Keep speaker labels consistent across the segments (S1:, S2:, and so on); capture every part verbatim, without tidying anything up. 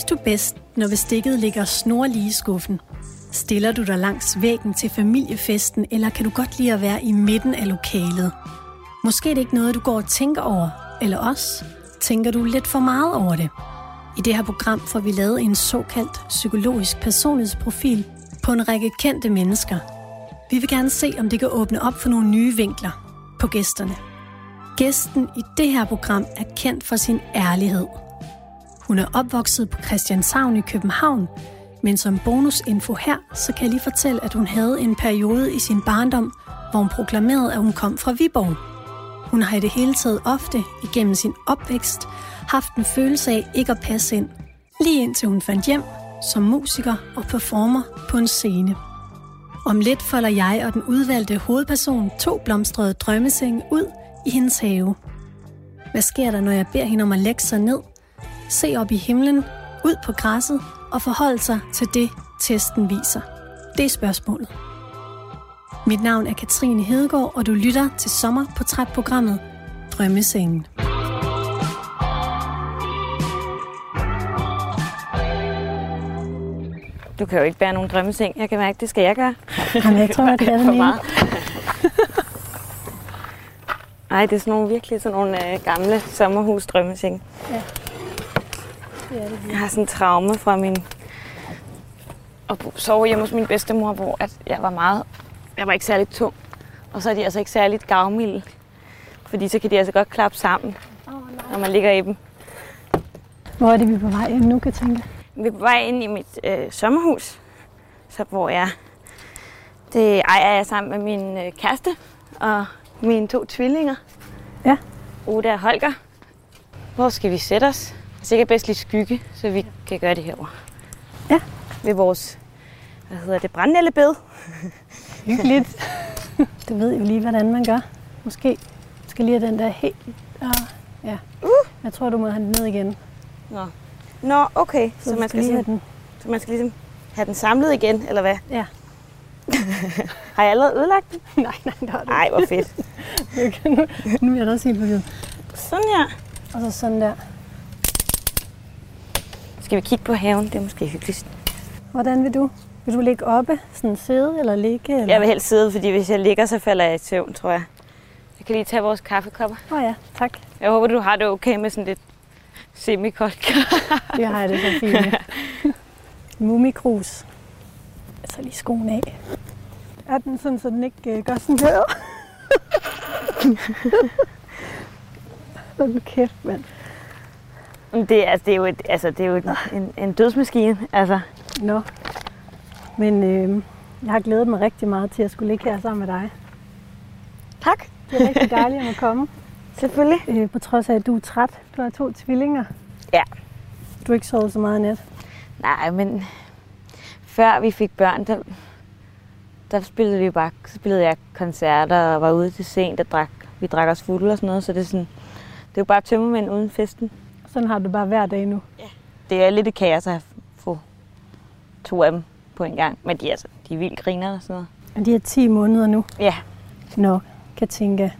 S1: du bedst, når bestikket ligger snorlige i skuffen? Stiller du dig langs væggen til familiefesten, eller kan du godt lide at være i midten af lokalet? Måske er det ikke noget, du går og tænker over, eller også tænker du lidt for meget over det. I det her program får vi lavet en såkaldt psykologisk personlighedsprofil på en række kendte mennesker. Vi vil gerne se, om det kan åbne op for nogle nye vinkler på gæsterne. Gæsten i det her program er kendt for sin ærlighed. Hun er opvokset på Christianshavn i København, men som bonusinfo her, så kan jeg lige fortælle, at hun havde en periode i sin barndom, hvor hun proklamerede, at hun kom fra Viborg. Hun har i det hele taget ofte igennem sin opvækst haft en følelse af ikke at passe ind, lige indtil hun fandt hjem som musiker og performer på en scene. Om lidt folder jeg og den udvalgte hovedperson to blomstrede drømmesenge ud i hendes have. Hvad sker der, når jeg beder hende om at lægge sig ned, se op i himlen, ud på græsset og forholde sig til det, testen viser? Det er spørgsmålet. Mit navn er Katrine Hedegaard, og du lytter til sommerportrætprogrammet Drømmesengen.
S2: Du kan jo ikke bære nogen drømmeseng. Jeg kan mærke, det skal jeg gøre.
S1: Jamen, jeg tror, jeg kan
S2: for meget. Ej, det er sådan nogle virkelig sådan nogle øh, gamle sommerhus-drømmeseng.
S1: Ja. Det er det.
S2: Jeg har sådan en traume fra min at sove hjemme hos min bedstemor, hvor at jeg var meget, jeg var ikke særlig tung. Og så er de altså ikke særligt gavmilde. Fordi så kan de altså godt klappe sammen, oh, når man ligger i dem.
S1: Hvor er det, vi er på vej hjem nu, Katrine?
S2: Vi er på vej ind i mit øh, sommerhus, så hvor jeg, det ejer jeg sammen med min øh, kæreste og mine to tvillinger.
S1: Ja.
S2: Oda og Holger. Hvor skal vi sætte os? Altså, jeg kan bedst lide skygge, så vi kan gøre det herovre.
S1: Ja.
S2: Ved vores, hvad hedder det, brændnældebed.
S1: Hyggeligt. Det ved jo lige, hvordan man gør. Måske skal lige have den der helt... Uh, ja. Uh. Jeg tror, du må have den ned igen.
S2: Nå. Nå, okay. Så,
S1: så
S2: man skal, sådan, den. så man skal ligesom have den samlet igen, eller hvad?
S1: Ja.
S2: Har jeg allerede ødelagt den?
S1: Nej, nej, det har du.
S2: Ej, hvor fedt.
S1: Okay, nu, nu er jeg da også helt forvirret.
S2: Sådan her.
S1: Og så sådan der.
S2: Skal vi kigge på haven? Det er måske hyggeligt.
S1: Hvordan vil du? Vil du ligge oppe? Sådan sidde eller ligge? Eller?
S2: Jeg vil helst sidde, fordi hvis jeg ligger, så falder jeg i søvn, tror jeg. Jeg kan lige tage vores kaffekopper.
S1: Åh oh ja, tak.
S2: Jeg håber, du har det okay med sådan lidt semikoldt.
S1: Det har jeg det så fint med. Mumikrus. Jeg tager lige skoen af. Er den sådan, så den ikke øh, gør sådan her? Hold kæft, mand.
S2: Det, altså, det er jo, et, altså, det er jo et, en, en dødsmaskine. Altså.
S1: Nå. Men øh, jeg har glædet mig rigtig meget til at skulle ligge her sammen med dig.
S2: Tak.
S1: Det er rigtig dejligt at må komme.
S2: Selvfølgelig.
S1: Øh, på trods af, at du er træt. Du har to tvillinger.
S2: Ja.
S1: Du har ikke sovet så meget i nat.
S2: Nej, men før vi fik børn, der, der spillede vi bare, spillede jeg koncerter og var ude til sent og drak. Vi drak os fulde og sådan noget, så det er sådan, det er jo bare tømmermænd uden festen.
S1: Sådan har du bare hver dag nu.
S2: Ja. Det er lidt et kaos at få to af dem på en gang, men de er, altså, de er vildt griner og sådan noget.
S1: Og de er ti måneder nu?
S2: Ja.
S1: Nå, Katinka.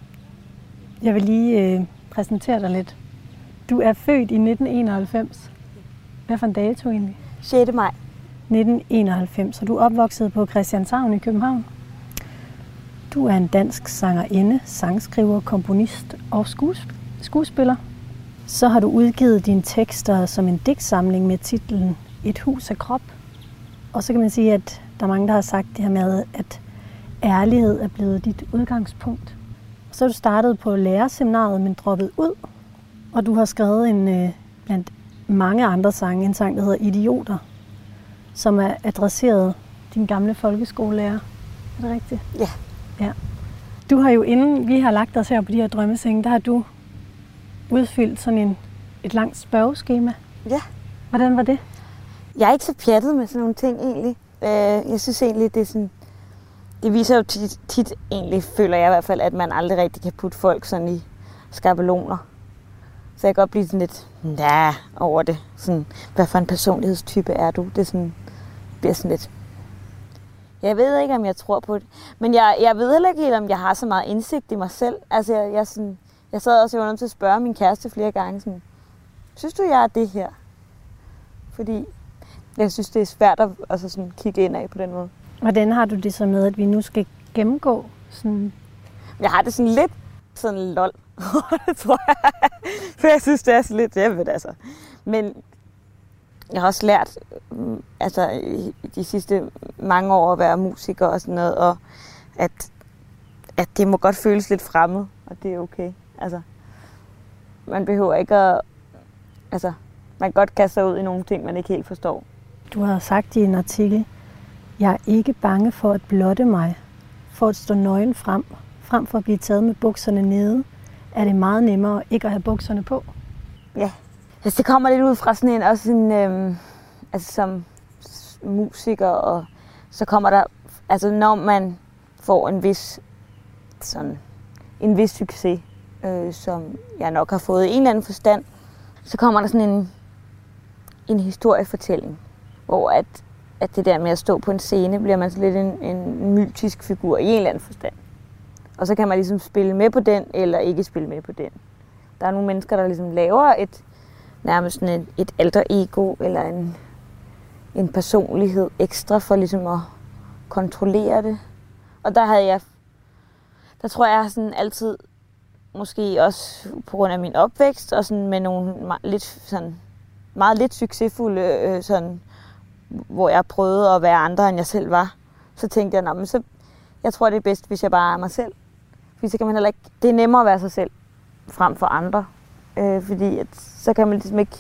S1: Jeg vil lige øh, præsentere dig lidt. Du er født i nitten enoghalvfems. Hvad for en dato egentlig?
S2: sjette maj.
S1: nitten enoghalvfems, og du er opvokset på Christianshavn i København. Du er en dansk sangerinde, sangskriver, komponist og skuesp- skuespiller. Så har du udgivet dine tekster som en digtsamling med titlen Et hus af krop. Og så kan man sige, at der er mange, der har sagt det her med, at ærlighed er blevet dit udgangspunkt. Så har du startet på lærerseminaret, men droppet ud. Og du har skrevet en, øh, blandt mange andre sange, en sang, der hedder Idioter, som er adresseret din gamle folkeskolelærer. Er det rigtigt?
S2: Ja.
S1: Ja. Du har jo, inden vi har lagt os her på de her drømmesenge, der har du udfyldt sådan en, et langt spørgeskema.
S2: Ja.
S1: Hvordan var det?
S2: Jeg er ikke så pjattet med sådan nogle ting egentlig. Jeg synes egentlig, det er sådan... Det viser jo tit, tit egentlig, føler jeg i hvert fald, at man aldrig rigtig kan putte folk sådan i skabeloner. Så jeg kan godt blive sådan lidt ja, over det. Sådan, hvad for en personlighedstype er du? Det er sådan, bliver sådan lidt... Jeg ved ikke, om jeg tror på det. Men jeg, jeg ved heller ikke helt, om jeg har så meget indsigt i mig selv. Altså, jeg, jeg, sådan, jeg sad også og var nødt til at spørge min kæreste flere gange. Sådan, synes du, jeg er det her? fordi jeg synes, det er svært at altså sådan, kigge ind af på den måde.
S1: Hvordan har du det så med, at vi nu skal gennemgå sådan...
S2: Jeg har det sådan lidt sådan lol, det tror jeg. For jeg synes, det er sådan lidt, jeg ved altså. Men jeg har også lært altså, de sidste mange år at være musiker og sådan noget, og at, at det må godt føles lidt fremmed, og det er okay. Altså, man behøver ikke at... Altså, man kan godt kaste sig ud i nogle ting, man ikke helt forstår.
S1: Du har sagt i en artikel, jeg er ikke bange for at blotte mig, for at stå nøgen frem, frem for at blive taget med bukserne nede, er det meget nemmere ikke at have bukserne på.
S2: Ja, altså, det kommer lidt ud fra sådan en, også en, øhm, altså som musiker, og så kommer der, altså når man får en vis, sådan, en vis succes, øh, som jeg nok har fået i en eller anden forstand, så kommer der sådan en, en historiefortælling, hvor at, at det der med at stå på en scene, bliver man så lidt en, en mytisk figur i en eller anden forstand. Og så kan man ligesom spille med på den, eller ikke spille med på den. Der er nogle mennesker, der ligesom laver et, nærmest sådan et, et alter ego, eller en, en personlighed ekstra for ligesom at kontrollere det. Og der havde jeg, der tror jeg sådan altid, måske også på grund af min opvækst, og sådan med nogle lidt, sådan, meget lidt succesfulde, øh, sådan, hvor jeg prøvede at være andre, end jeg selv var, så tænkte jeg, men så, jeg tror, det er bedst, hvis jeg bare er mig selv. Fordi så kan man heller ikke, det er nemmere at være sig selv, frem for andre. Øh, fordi at, så kan man ligesom ikke,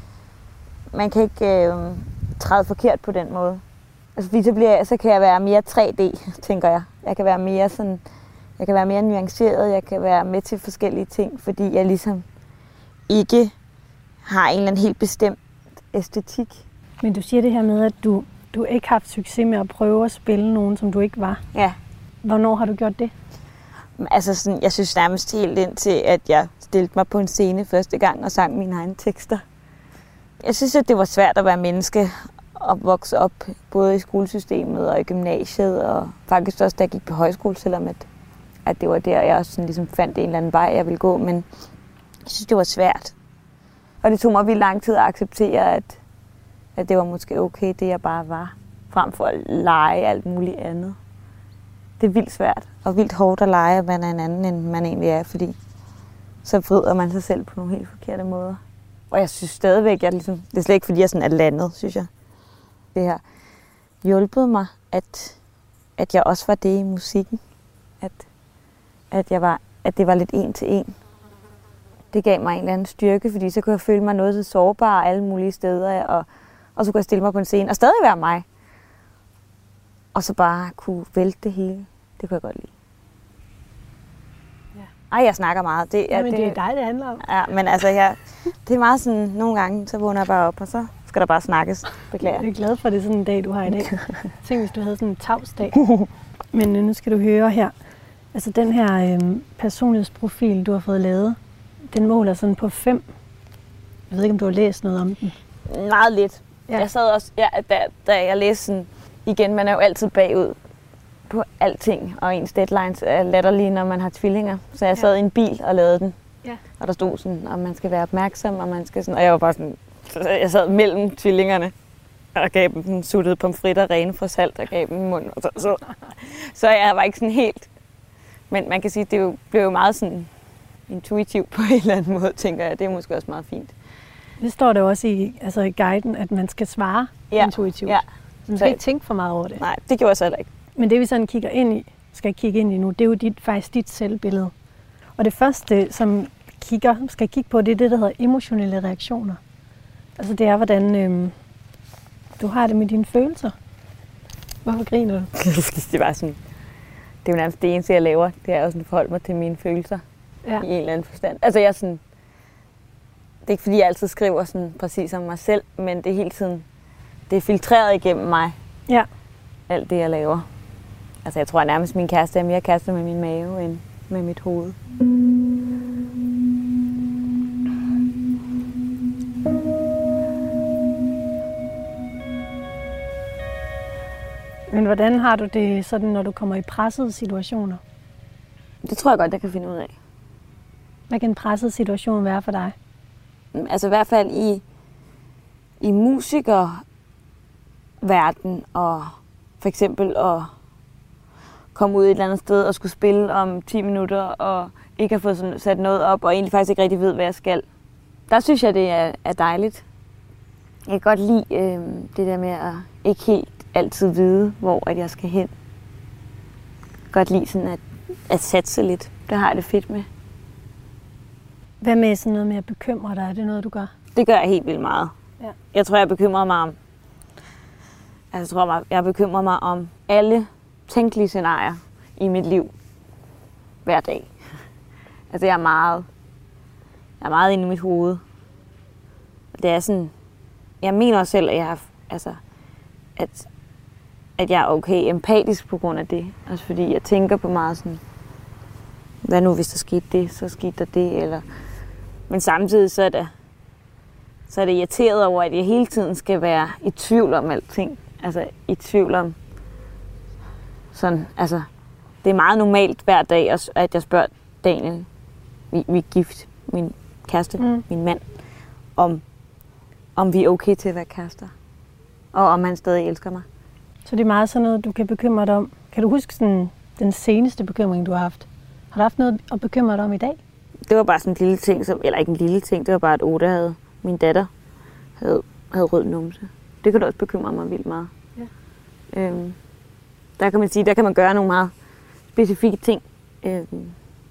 S2: man kan ikke øh, træde forkert på den måde. Altså, fordi så, bliver, så kan jeg være mere tre D, tænker jeg. Jeg kan være mere sådan, jeg kan være mere nuanceret, jeg kan være med til forskellige ting, fordi jeg ligesom ikke har en eller anden helt bestemt æstetik.
S1: Men du siger det her med, at du, du ikke har haft succes med at prøve at spille nogen, som du ikke var.
S2: Ja.
S1: Hvornår har du gjort det?
S2: Altså sådan, jeg synes nærmest helt indtil, at jeg stillede mig på en scene første gang og sang mine egne tekster. Jeg synes, at det var svært at være menneske og vokse op, både i skolesystemet og i gymnasiet, og faktisk også, da jeg gik på højskole, selvom at, at det var der, jeg sådan ligesom fandt en eller anden vej, jeg ville gå. Men jeg synes, det var svært. Og det tog mig vildt lang tid at acceptere, at, at det var måske okay, det jeg bare var, frem for at lege alt muligt andet. Det er vildt svært og vildt hårdt at lege, at man er en anden, end man egentlig er, fordi så vrider man sig selv på nogle helt forkerte måder. Og jeg synes stadigvæk, at ligesom, det er slet ikke fordi, jeg sådan er landet, synes jeg. Det har hjulpet mig, at, at jeg også var det i musikken. At, at, jeg var, at det var lidt en til en. Det gav mig en eller anden styrke, fordi så kunne jeg føle mig noget så sårbar alle mulige steder, og, og så kunne jeg stille mig på en scene og stadig være mig. Og så bare kunne vælte det hele. Det kunne jeg godt lide. Ja. Ej, jeg snakker meget. Det,
S1: ja, men
S2: det,
S1: det er dig, det handler om.
S2: Ja, men altså, jeg, det er meget sådan, nogle gange, så vågner jeg bare op, og så skal der bare snakkes. Beklager.
S1: Jeg er glad for, at det er sådan en dag, du har i dag. Tænk, hvis du havde sådan en tavsdag. Men nu skal du høre her. Altså, den her øhm, personlighedsprofil, du har fået lavet, den måler sådan på fem. Jeg ved ikke, om du har læst noget om den.
S2: Meget lidt.
S1: Ja.
S2: Jeg sad også, ja, da, da jeg læste sådan, igen, man er jo altid bagud på alting, og ens deadlines er latterlige, når man har tvillinger. Så jeg sad ja. i en bil og lavede den,
S1: ja.
S2: og der stod sådan, at man skal være opmærksom, og man skal sådan, og jeg var bare sådan, jeg sad mellem tvillingerne, og gav dem den suttede pomfritter rene fra salt, og gav dem mund, og så, så. så jeg var ikke sådan helt, men man kan sige, det jo, blev jo meget sådan intuitivt på en eller anden måde, tænker jeg, det er måske også meget fint.
S1: Det står der også i, altså i guiden, at man skal svare ja. intuitivt. Ja. Man skal ikke tænke for meget over det.
S2: Nej, det gjorde jeg så heller ikke.
S1: Men det vi sådan kigger ind i, skal kigge ind i nu, det er jo dit, faktisk dit selvbillede. Og det første, som kigger, skal kigge på, det er det, der hedder emotionelle reaktioner. Altså det er, hvordan øhm, du har det med dine følelser. Hvorfor griner du?
S2: det var sådan, det er jo nærmest det eneste, jeg laver. Det er også at forholde mig til mine følelser ja. i en eller anden forstand. Altså jeg er sådan, det er ikke fordi, jeg altid skriver sådan præcis om mig selv, men det er hele tiden, det er filtreret igennem mig.
S1: Ja.
S2: Alt det, jeg laver. Altså, jeg tror at nærmest, min kæreste er mere kæreste med min mave, end med mit hoved.
S1: Men hvordan har du det sådan, når du kommer i pressede situationer?
S2: Det tror jeg godt, jeg kan finde ud af.
S1: Hvad kan en presset situation være for dig?
S2: Altså i hvert fald i, i musikerverden, og for eksempel at komme ud et eller andet sted og skulle spille om ti minutter, og ikke har fået sådan sat noget op, og egentlig faktisk ikke rigtig ved, hvad jeg skal. Der synes jeg, det er, er dejligt. Jeg kan godt lide øh, det der med at ikke helt altid vide, hvor at jeg skal hen. Jeg kan godt lide sådan at, at satse lidt. Det har jeg det fedt med.
S1: Hvad med sådan noget med at bekymre dig? Er det noget, du gør?
S2: Det gør jeg helt vildt meget.
S1: Ja.
S2: Jeg tror, jeg bekymrer mig om... Altså, jeg tror, jeg bekymrer mig om alle tænkelige scenarier i mit liv hver dag. Altså, jeg er meget... Jeg er meget inde i mit hoved. Det er sådan... Jeg mener også selv, at jeg har... Altså, at, at jeg er okay empatisk på grund af det. Også fordi jeg tænker på meget sådan... Hvad nu, hvis der skete det, så skete der det, eller... Men samtidig så er det... Så er det irriteret over, at jeg hele tiden skal være i tvivl om alting. Altså, i tvivl om... Sådan, altså... Det er meget normalt hver dag, at jeg spørger Daniel, vi, vi er gift, min kæreste, mm. min mand, om, om vi er okay til at være kærester. Og om han stadig elsker mig.
S1: Så det er meget sådan noget, du kan bekymre dig om. Kan du huske sådan, den seneste bekymring, du har haft? Har du haft noget at bekymre dig om i dag?
S2: Det var bare sådan en lille ting, som, eller ikke en lille ting, det var bare, at Oda havde, min datter, havde, havde rød numse. Det kan du også bekymre mig vildt meget. Ja. Øhm, der kan man sige, der kan man gøre nogle meget specifikke ting. Øhm,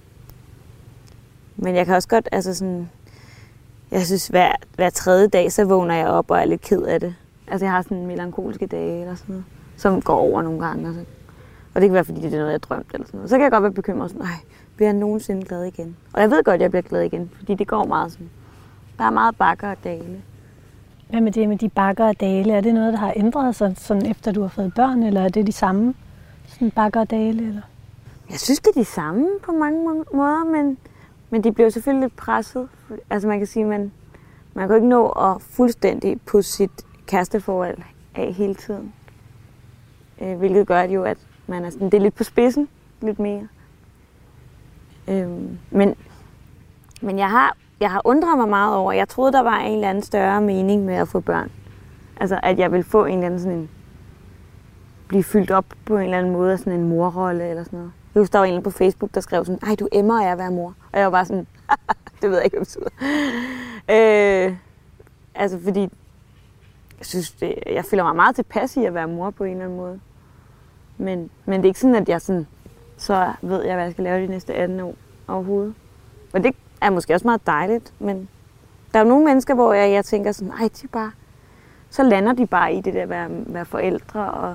S2: men jeg kan også godt, altså sådan, jeg synes, hver, hver tredje dag, så vågner jeg op og er lidt ked af det. Altså, jeg har sådan melankolske dage eller sådan noget, som går over nogle gange. Og, så. Og det kan være, fordi det er noget, jeg drømte eller sådan noget. Så kan jeg godt være bekymret sådan, nej, bliver jeg nogensinde glad igen? Og jeg ved godt, at jeg bliver glad igen, fordi det går meget sådan. Der er meget bakker og dale.
S1: Hvad med det med de bakker og dale? Er det noget, der har ændret sig, sådan efter du har fået børn, eller er det de samme sådan bakker og dale? Eller?
S2: Jeg synes, det er de samme på mange måder, men, men de bliver selvfølgelig lidt presset. Altså man kan sige, man, man kan ikke nå at fuldstændig på sit kæresteforhold af hele tiden. Øh, hvilket gør jo, at man er sådan, det er lidt på spidsen, lidt mere. Øh, men, men jeg har Jeg har undret mig meget over, jeg troede, der var en eller anden større mening med at få børn. Altså, at jeg ville få en eller anden sådan en... blive fyldt op på en eller anden måde af sådan en morrolle eller sådan noget. Jeg husker, der var en på Facebook, der skrev sådan, ej, du emmer af at være mor. Og jeg var bare sådan, det ved jeg ikke, hvad det betyder. Øh, altså, fordi jeg synes, det, jeg føler mig meget tilpas i at være mor på en eller anden måde. Men, men det er ikke sådan, at jeg sådan, så ved jeg, hvad jeg skal lave de næste atten år overhovedet. Men det er måske også meget dejligt, men der er jo nogle mennesker, hvor jeg, jeg tænker sådan, ej, de bare, så lander de bare i det der at være, være forældre og,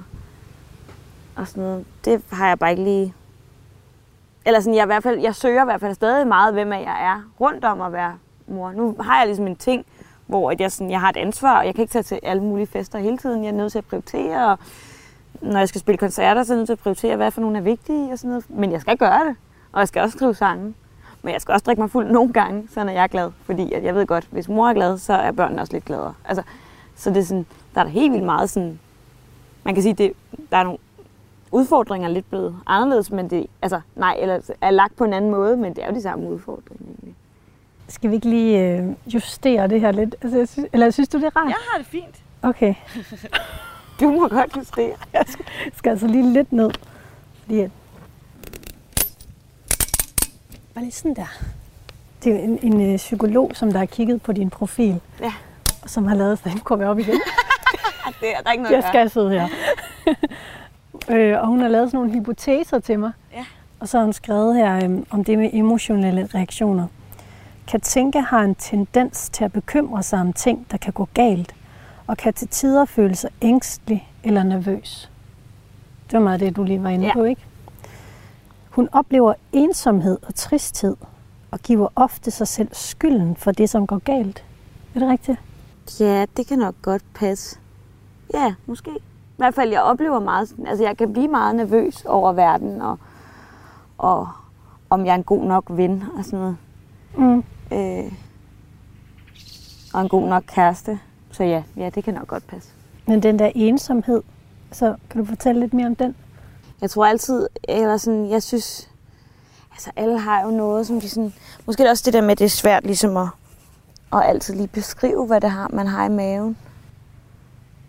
S2: og sådan noget. Det har jeg bare ikke lige... Eller sådan, jeg, i hvert fald, jeg søger i hvert fald stadig meget, hvem jeg er rundt om at være mor. Nu har jeg ligesom en ting, hvor jeg, sådan, jeg har et ansvar, og jeg kan ikke tage til alle mulige fester hele tiden. Jeg er nødt til at prioritere, og når jeg skal spille koncerter, så er jeg nødt til at prioritere, hvad for nogle er vigtige og sådan noget. Men jeg skal gøre det, og jeg skal også skrive sange. Men jeg skal også drikke mig fuld nogle gange, så når jeg er glad. Fordi at jeg ved godt, hvis mor er glad, så er børnene også lidt gladere. Altså, så det er sådan, der er der helt vildt meget sådan... Man kan sige, det, der er nogle udfordringer lidt blevet anderledes, men det altså, nej, eller er lagt på en anden måde, men det er jo de samme udfordringer egentlig.
S1: Skal vi ikke lige øh, justere det her lidt? Altså, jeg synes, eller synes du, det er rart?
S2: Jeg har det fint.
S1: Okay.
S2: Du må godt justere.
S1: Jeg skal, skal altså lige lidt ned. Fordi at bare lige sådan der. Det er en, en øh, psykolog, som der har kigget på din profil. Ja. Og som har lavet, så den kommer op igen.
S2: Det er der ikke noget.
S1: Jeg skal sidde her. øh, og hun har lavet sådan nogle hypoteser til mig. Ja. Og så har hun skrevet her øh, om det med emotionelle reaktioner. Katinka har en tendens til at bekymre sig om ting, der kan gå galt, og kan til tider føle sig ængstelig eller nervøs. Det var meget det, du lige var inde på, ja. Ikke? Hun oplever ensomhed og tristhed, og giver ofte sig selv skylden for det, som går galt. Er det rigtigt?
S2: Ja, det kan nok godt passe. Ja, måske. I hvert fald, jeg oplever meget, altså jeg kan blive meget nervøs over verden, og, og om jeg er en god nok ven og sådan noget. Mm. Øh, og en god nok kæreste. Så ja, ja, det kan nok godt passe. Men
S1: den der ensomhed, så kan du fortælle lidt mere om den?
S2: Jeg tror altid, eller sådan, jeg synes, altså alle har jo noget, som de sådan, måske også det der med, det er svært ligesom at, at altid lige beskrive, hvad det har, man har i maven.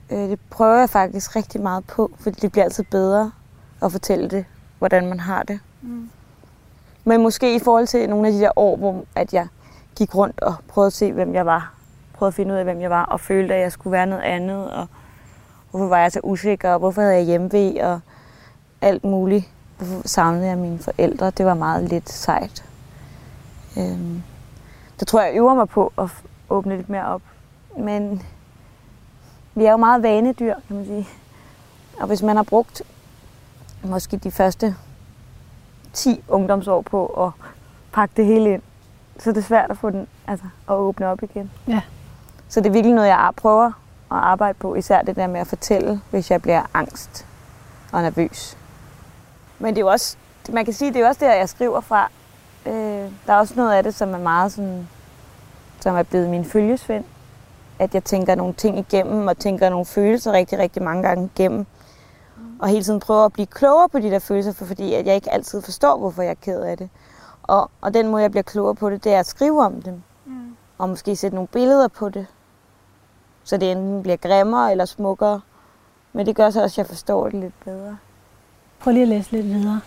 S2: Øh, det prøver jeg faktisk rigtig meget på, fordi det bliver altid bedre at fortælle det, hvordan man har det. Mm. Men måske i forhold til nogle af de der år, hvor at jeg gik rundt og prøvede at se, hvem jeg var. Prøvede at finde ud af, hvem jeg var, og følte, at jeg skulle være noget andet. Og hvorfor var jeg så usikker, og hvorfor havde jeg hjemve, og alt muligt. Hvorfor savnede jeg mine forældre? Det var meget lidt sejt. Øhm, det tror jeg, jeg øver mig på at åbne lidt mere op. Men vi er jo meget vanedyr, kan man sige. Og hvis man har brugt måske de første ti ungdomsår på at pakke det hele ind, så er det svært at få den, altså at åbne op igen.
S1: Ja.
S2: Så det er virkelig noget, jeg prøver at arbejde på, især det der med at fortælle, hvis jeg bliver angst og nervøs. Men det er jo også, man kan sige, det er jo også der, jeg skriver fra. Øh, der er også noget af det, som er meget sådan, som er blevet min følgesvend. At jeg tænker nogle ting igennem, og tænker nogle følelser rigtig, rigtig mange gange igennem. Mm. Og hele tiden prøver at blive klogere på de der følelser, for fordi at jeg ikke altid forstår, hvorfor jeg er ked af det. Og, og den måde, jeg bliver klogere på det, det er at skrive om dem. Mm. Og måske sætte nogle billeder på det. Så det enten bliver grimmere eller smukkere. Men det gør så også, at jeg forstår det lidt bedre.
S1: Prøv lige at læse lidt videre.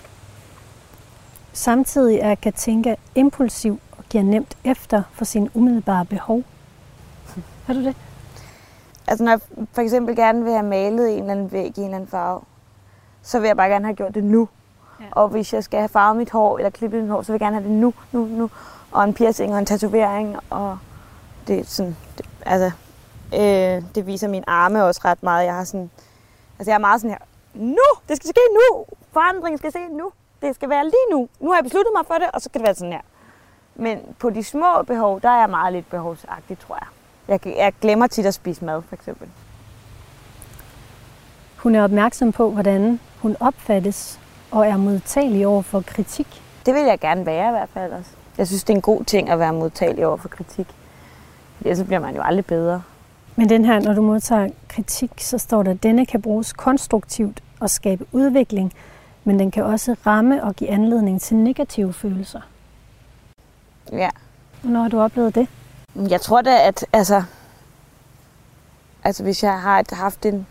S1: Samtidig er Katinka impulsiv og giver nemt efter for sine umiddelbare behov. Er du det?
S2: Altså når jeg for eksempel gerne vil have malet en eller anden væg i en eller anden farve, så vil jeg bare gerne have gjort det nu. Ja. Og hvis jeg skal have farvet mit hår eller klippet mit hår, så vil jeg gerne have det nu, nu, nu. Og en piercing og en tatovering, og det er sådan, det, altså, øh, det viser mine arme også ret meget. Jeg har sådan, altså jeg er meget sådan her, nu! Det skal ske nu! Forandringen skal ske nu! Det skal være lige nu! Nu har jeg besluttet mig for det, og så kan det være sådan her. Men på de små behov, der er jeg meget lidt behovsagtig, tror jeg. Jeg, jeg glemmer tit at spise mad, for eksempel.
S1: Hun er opmærksom på, hvordan hun opfattes og er modtagelig over for kritik.
S2: Det vil jeg gerne være i hvert fald også. Jeg synes, det er en god ting at være modtagelig over for kritik. Ellers bliver man jo aldrig bedre.
S1: Men den her, når du modtager kritik, så står der, at denne kan bruges konstruktivt og skabe udvikling, men den kan også ramme og give anledning til negative følelser.
S2: Ja.
S1: Hvornår har du oplevet det?
S2: Jeg tror da, at altså, altså hvis jeg har haft en,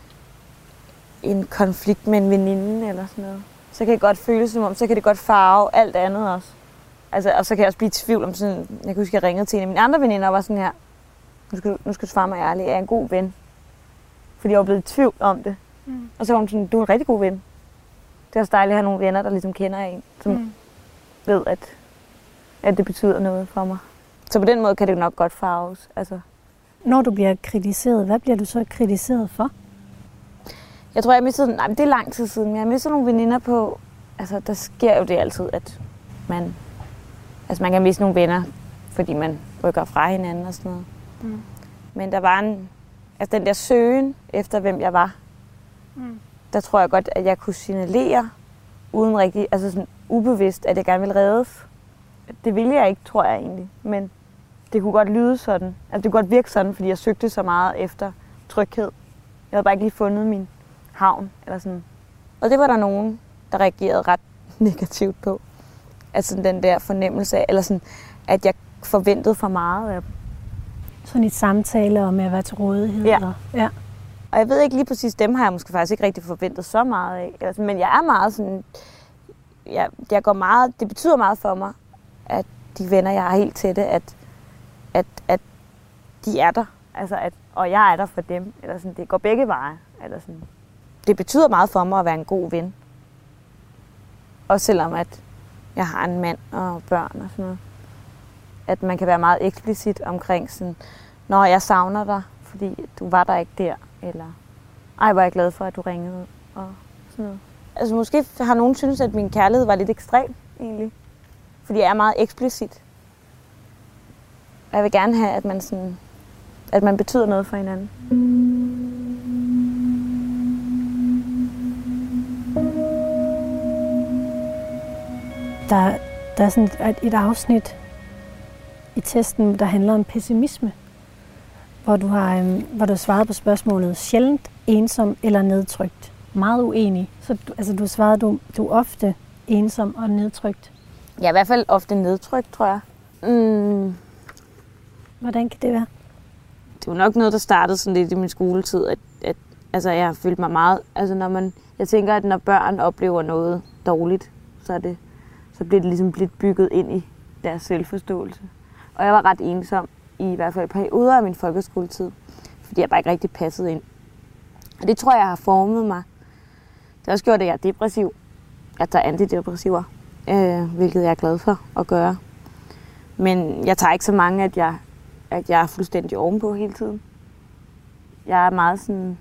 S2: en konflikt med en veninde eller sådan noget, så kan det godt føles som om, så kan det godt farve alt andet også. Altså, og så kan jeg også blive i tvivl om sådan, jeg kan huske, jeg ringede til en af mine andre veninder og var sådan her, nu skal, nu skal du svare mig ærligt, jeg er en god ven. Fordi jeg var blevet i tvivl om det. Mm. Og så var hun sådan, du er en rigtig god ven. Det er også dejligt at have nogle venner, der ligesom kender en, som mm. ved, at, at det betyder noget for mig. Så på den måde kan det nok godt farves. Altså.
S1: Når du bliver kritiseret, hvad bliver du så kritiseret for?
S2: Jeg tror, jeg mistede, nej, det er lang tid siden, men jeg mistede nogle veninder på, altså der sker jo det altid, at man, altså man kan miste nogle venner, fordi man rykker fra hinanden og sådan noget. Mm. Men der var en, altså den der søgen efter, hvem jeg var, mm. der tror jeg godt, at jeg kunne signalere, uden rigtig, altså sådan ubevidst, at jeg gerne ville reddes. Det ville jeg ikke, tror jeg egentlig, men det kunne godt lyde sådan. Altså det kunne godt virke sådan, fordi jeg søgte så meget efter tryghed. Jeg havde bare ikke lige fundet min havn, eller sådan. Og det var der nogen, der reagerede ret negativt på. Altså den der fornemmelse af, eller sådan, at jeg forventede for meget af dem.
S1: Sådan et samtale om at være til rådighed.
S2: Ja.
S1: Og, ja.
S2: Og jeg ved ikke lige præcis, dem har jeg måske faktisk ikke rigtig forventet så meget af. Altså, men jeg er meget sådan, jeg, jeg går meget, det betyder meget for mig, at de venner, jeg har helt tætte, at, at, at de er der. Altså at, og jeg er der for dem. Eller sådan, det går begge veje. Eller sådan. Det betyder meget for mig at være en god ven. Også selvom at jeg har en mand og børn og sådan noget. At man kan være meget eksplicit omkring sådan, når jeg savner dig, fordi du var der ikke der. Eller, ej, var jeg glad for, at du ringede. Og sådan noget. Altså måske har nogen syntes, at min kærlighed var lidt ekstrem, egentlig. Fordi jeg er meget eksplicit. Jeg vil gerne have, at man, sådan, at man betyder noget for hinanden.
S1: Der, der er sådan et, et afsnit i testen, der handler om pessimisme. Hvor du har, øhm, hvor du har svaret på spørgsmålet sjældent, ensom eller nedtrykt. Meget uenig. Så du, altså, du har svaret, du, du er ofte ensom og nedtrykt.
S2: Jeg er i hvert fald ofte nedtrykt, tror jeg. Mm.
S1: Hvordan kan det være?
S2: det var nok noget, der startede sådan lidt i min skoletid, at, at altså, jeg har følt mig meget... Altså, når man, jeg tænker, at når børn oplever noget dårligt, så, er det, så bliver det ligesom lidt bygget ind i deres selvforståelse. Og jeg var ret ensom, i hvert fald i perioder af min folkeskoletid, fordi jeg bare ikke rigtig passede ind. Og det tror jeg har formet mig. Det har også gjort, at jeg er depressiv. Jeg tager antidepressiver, øh, hvilket jeg er glad for at gøre. Men jeg tager ikke så mange, at jeg, at jeg er fuldstændig ovenpå hele tiden. Jeg er meget sådan...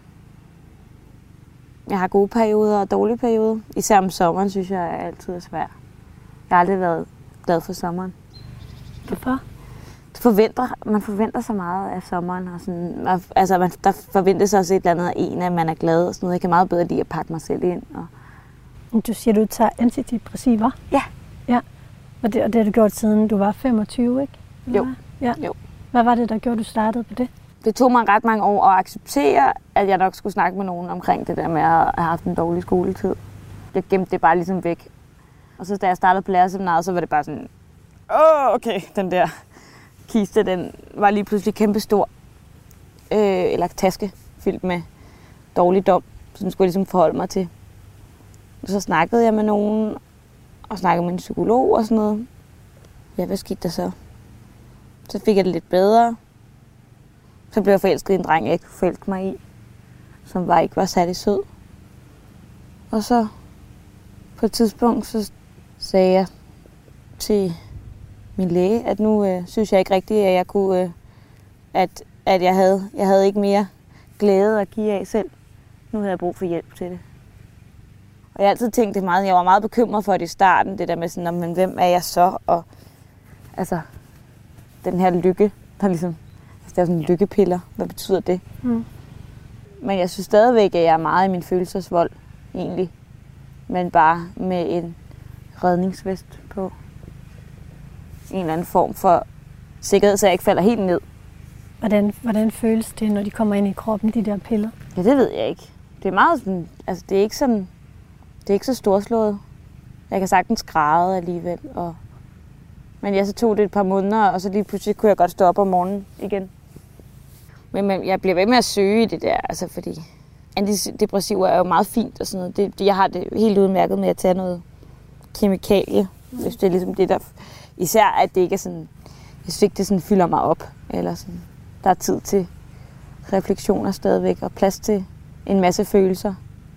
S2: Jeg har gode perioder og dårlige perioder. Især om sommeren, synes jeg, er altid er svært. Jeg har aldrig været glad for sommeren.
S1: Hvorfor?
S2: Det forventer, man forventer så meget af sommeren. Og sådan, altså, man, der forventes også et eller andet af en, at man er glad. Og sådan noget. Jeg kan meget bedre lide at pakke mig selv ind. Og...
S1: Du siger, du tager antidepressiver?
S2: Ja.
S1: Ja. Og det, og det har du gjort siden du var femogtyve, ikke? Eller?
S2: Jo.
S1: Ja.
S2: jo.
S1: Hvad var det, der gjorde, du startede på det?
S2: Det tog mig ret mange år at acceptere, at jeg nok skulle snakke med nogen omkring det der med at have haft en dårlig skoletid. Jeg gemte det bare ligesom væk. Og så da jeg startede på lærerseminaret, så var det bare sådan, åh, okay, den der kiste, den var lige pludselig kæmpestor. Øh, eller taske fyldt med dårligdom, så den skulle jeg ligesom forholde mig til. Og så snakkede jeg med nogen, og snakkede med en psykolog og sådan noget. Ja, hvad skete der så? Så fik jeg det lidt bedre. Så blev jeg forelsket i en dreng, jeg ikke kunne forelske mig i, som bare ikke var særlig sød. Og så på et tidspunkt, så sagde jeg til min læge, at nu øh, synes jeg ikke rigtigt, at jeg kunne, øh, at, at jeg havde, jeg havde ikke mere glæde at give af selv. Nu havde jeg brug for hjælp til det. Og jeg har altid tænkt det meget, jeg var meget bekymret for det i starten, det der med sådan, men hvem er jeg så? Og altså, den her lykke, der ligesom, altså der er sådan lykkepiller, hvad betyder det? Mm. Men jeg synes stadigvæk, at jeg er meget i min følelsesvold, egentlig. Men bare med en redningsvest på. En eller anden form for sikkerhed, så jeg ikke falder helt ned.
S1: Hvordan, hvordan føles det, når de kommer ind i kroppen, de der piller?
S2: Ja, det ved jeg ikke. Det er meget sådan, altså det er ikke sådan, det er ikke så storslået. Jeg kan sagtens græde alligevel. Og... Men jeg så tog det et par måneder, og så lige pludselig kunne jeg godt stå op om morgenen igen. Men, men jeg bliver ved med at søge i det der, altså fordi antidepressiver er jo meget fint og sådan noget. Det, jeg har det helt udmærket med at tage noget kemikalie, mm. hvis det er ligesom det der... Især at det ikke er sådan, jeg synes ikke, det sådan fylder mig op, eller sådan. Der er tid til refleksioner stadigvæk, og plads til en masse følelser.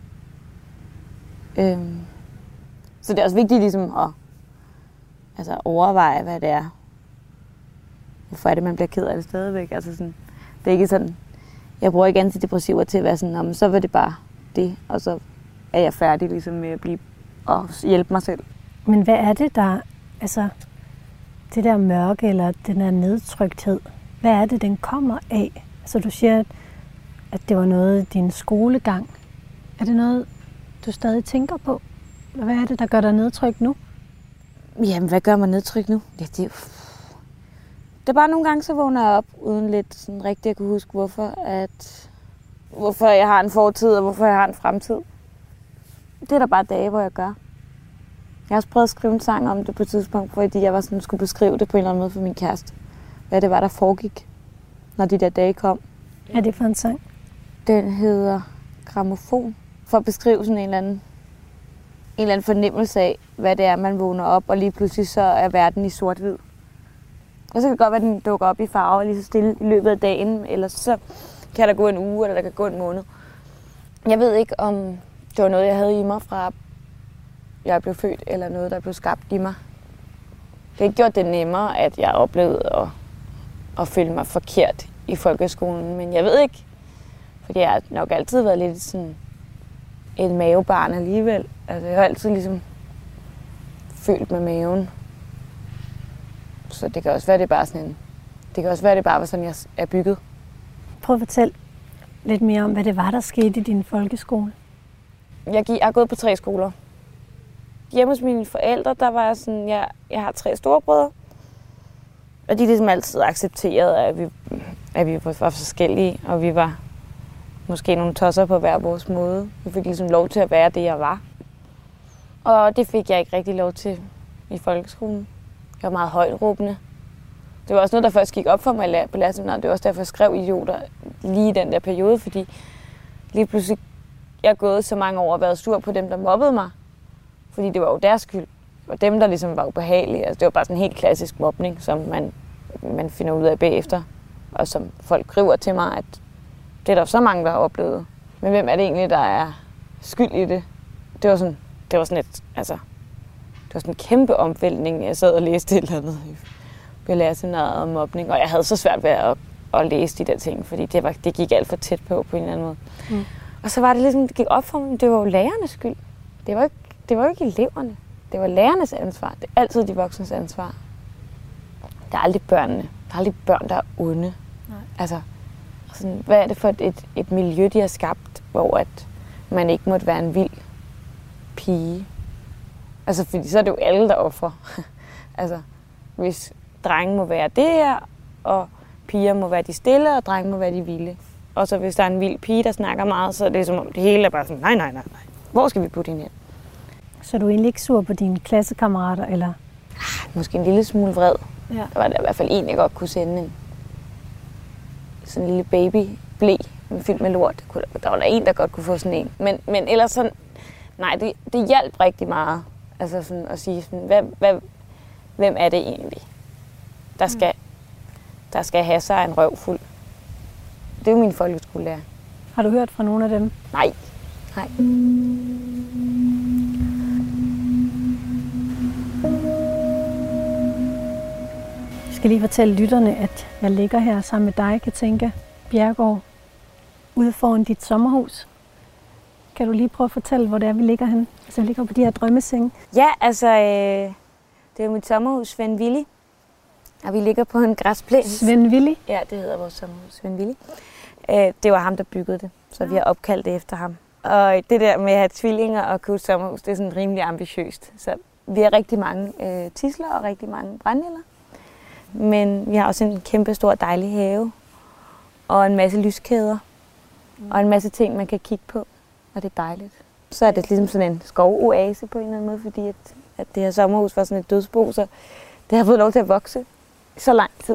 S2: Øhm. Så det er også vigtigt ligesom at altså, overveje, hvad det er. Hvorfor er det, man bliver ked af det stadigvæk? Altså sådan, det er ikke sådan, jeg bruger ikke antidepressiver til at være sådan, men så var det bare det, og så er jeg færdig ligesom med at blive og hjælpe mig selv.
S1: Men hvad er det, der, altså det der mørke eller den der nedtrykthed, hvad er det, den kommer af? Altså du siger, at det var noget i din skolegang. Er det noget, du stadig tænker på? Hvad er det, der gør dig nedtrykt nu?
S2: Jamen, hvad gør mig nedtrykt nu? Ja, det er jo... Det er bare nogle gange, så vågner jeg op, uden lidt sådan rigtigt at kunne huske, hvorfor, at... hvorfor jeg har en fortid, og hvorfor jeg har en fremtid. Det er der bare dage, hvor jeg gør. Jeg har også prøvet at skrive en sang om det på et tidspunkt, fordi jeg var sådan, skulle beskrive det på en eller anden måde for min kæreste. Hvad det var, der foregik, når de der dage kom.
S1: Hvad er det for en sang?
S2: Den hedder Grammofon. For at beskrive sådan en eller anden, en eller anden fornemmelse af, hvad det er, man vågner op, og lige pludselig så er verden i sort-hvid. Og så kan det godt være, at den dukker op i farver lige så stille i løbet af dagen, eller så kan der gå en uge, eller der kan gå en måned. Jeg ved ikke, om det var noget, jeg havde i mig fra jeg blev født, eller noget, der blev skabt i mig. Det har ikke gjort det nemmere, at jeg oplevede at, at føle mig forkert i folkeskolen, men jeg ved ikke, fordi jeg har nok altid været lidt sådan et mavebarn alligevel. Altså, jeg har altid ligesom følt med maven. Så det kan også være, det er bare sådan en, det kan også være, det bare var sådan, jeg er bygget.
S1: Prøv at fortælle lidt mere om, hvad det var, der skete i din folkeskole.
S2: Jeg, gik, jeg har gået på tre skoler. Hjemme hos mine forældre, der var jeg sådan, jeg, jeg har tre storebrødre. Og de ligesom altid accepterede, at vi, at vi var forskellige, og vi var måske nogle tosser på hver vores måde. Vi fik ligesom lov til at være det, jeg var. Og det fik jeg ikke rigtig lov til i folkeskolen. Jeg var meget højtråbende. Det var også noget, der først gik op for mig på lærerseminaret. Det var også derfor, jeg skrev Idioter lige i den der periode, fordi lige pludselig jeg er gået så mange år og været sur på dem, der mobbede mig. Fordi det var jo deres skyld. Og dem, der ligesom var ubehagelige. Altså, det var bare sådan en helt klassisk mobning, som man, man finder ud af bagefter. Og som folk skriver til mig, at det er der så mange, der har oplevet. Men hvem er det egentlig, der er skyld i det? Det var sådan, det var sådan et, altså, det var sådan en kæmpe omvæltning. Jeg sad og læste et eller andet. Jeg lærte sådan noget om mobning, og jeg havde så svært ved at, at læse de der ting, fordi det, var, det gik alt for tæt på, på en eller anden måde. Mm. Og så var det ligesom, det gik op for mig, det var jo lærernes skyld. Det var, ikke, det var jo ikke eleverne. Det var lærernes ansvar. Det er altid de voksnes ansvar. Det er aldrig børnene. Der er aldrig børn, der er onde. Nej. Altså, sådan, hvad er det for et, et, et miljø, de har skabt, hvor at man ikke måtte være en vild pige? Altså, fordi så er det jo alle, der offer. Altså, hvis drenge må være det her, og piger må være de stille, og drenge må være de vilde. Og så hvis der er en vild pige, der snakker meget, så er det som om det hele er bare sådan, nej, nej, nej, nej. Hvor skal vi putte hende hen?
S1: Så er du egentlig ikke sur på dine klassekammerater, eller?
S2: Ah, måske en lille smule vred. Ja. Der var der i hvert fald en, jeg godt kunne sende en. Sådan en lille baby blæ, en film med lort. Der var der en, der godt kunne få sådan en. Men, men ellers sådan, nej, det, det hjalp rigtig meget. Altså sådan at sige, sådan, hvem, hvem, hvem er det egentlig, der skal, der skal have sig en røv fuld? Det er jo min folkeskolelærer.
S1: Har du hørt fra nogle af dem?
S2: Nej. Nej.
S1: Jeg skal lige fortælle lytterne, at jeg ligger her sammen med dig, Katinka Bjerregaard, ude foran dit sommerhus. Kan du lige prøve at fortælle, hvor det er, vi ligger henne? Altså, vi ligger på de her drømmesenge.
S2: Ja, altså, øh, det er mit sommerhus, Svend Willy. Og vi ligger på en græsplæne.
S1: Svend Willy?
S2: Ja, det hedder vores sommerhus, Svend Willy. Øh, det var ham, der byggede det, så ja. Vi har opkaldt det efter ham. Og det der med at have tvillinger og købe sommerhus, det er sådan rimelig ambitiøst. Så vi har rigtig mange øh, tidsler og rigtig mange brændenælder. Men vi har også en kæmpe stor dejlig have. Og en masse lyskæder. Mm. Og en masse ting, man kan kigge på. Og det er dejligt. Så er det ligesom sådan en skovoase på en eller anden måde, fordi at, at det her sommerhus var sådan et dødsbo, så det har fået lov til at vokse så lang tid.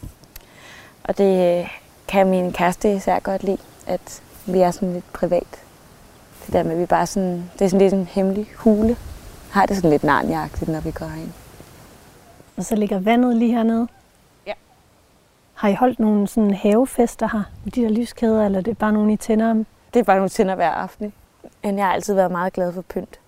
S2: Og det kan min kæreste især godt lide, at vi er sådan lidt privat. Det der med, at vi bare sådan, det er sådan lidt en hemmelig hule. Har det sådan lidt narniagtigt, når vi går herind.
S1: Og så ligger vandet lige hernede?
S2: Ja.
S1: Har I holdt nogle sådan havefester her, med de der lyskæder, eller er det bare nogle, I tænder om?
S2: Det er bare nogle tænder hver aften. Men jeg har altid været meget glad for pynt.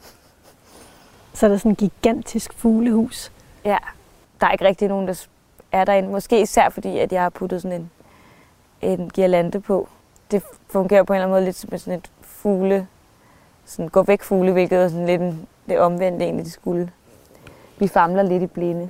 S1: Så er der sådan et gigantisk fuglehus?
S2: Ja. Der er ikke rigtig nogen, der er derinde. Måske især fordi, at jeg har puttet sådan en, en girlande på. Det fungerer på en eller anden måde lidt som sådan et fugle, sådan gå væk fugle, hvilket er sådan lidt en, det omvendte egentlig, de skulle. Vi famler lidt i blinde.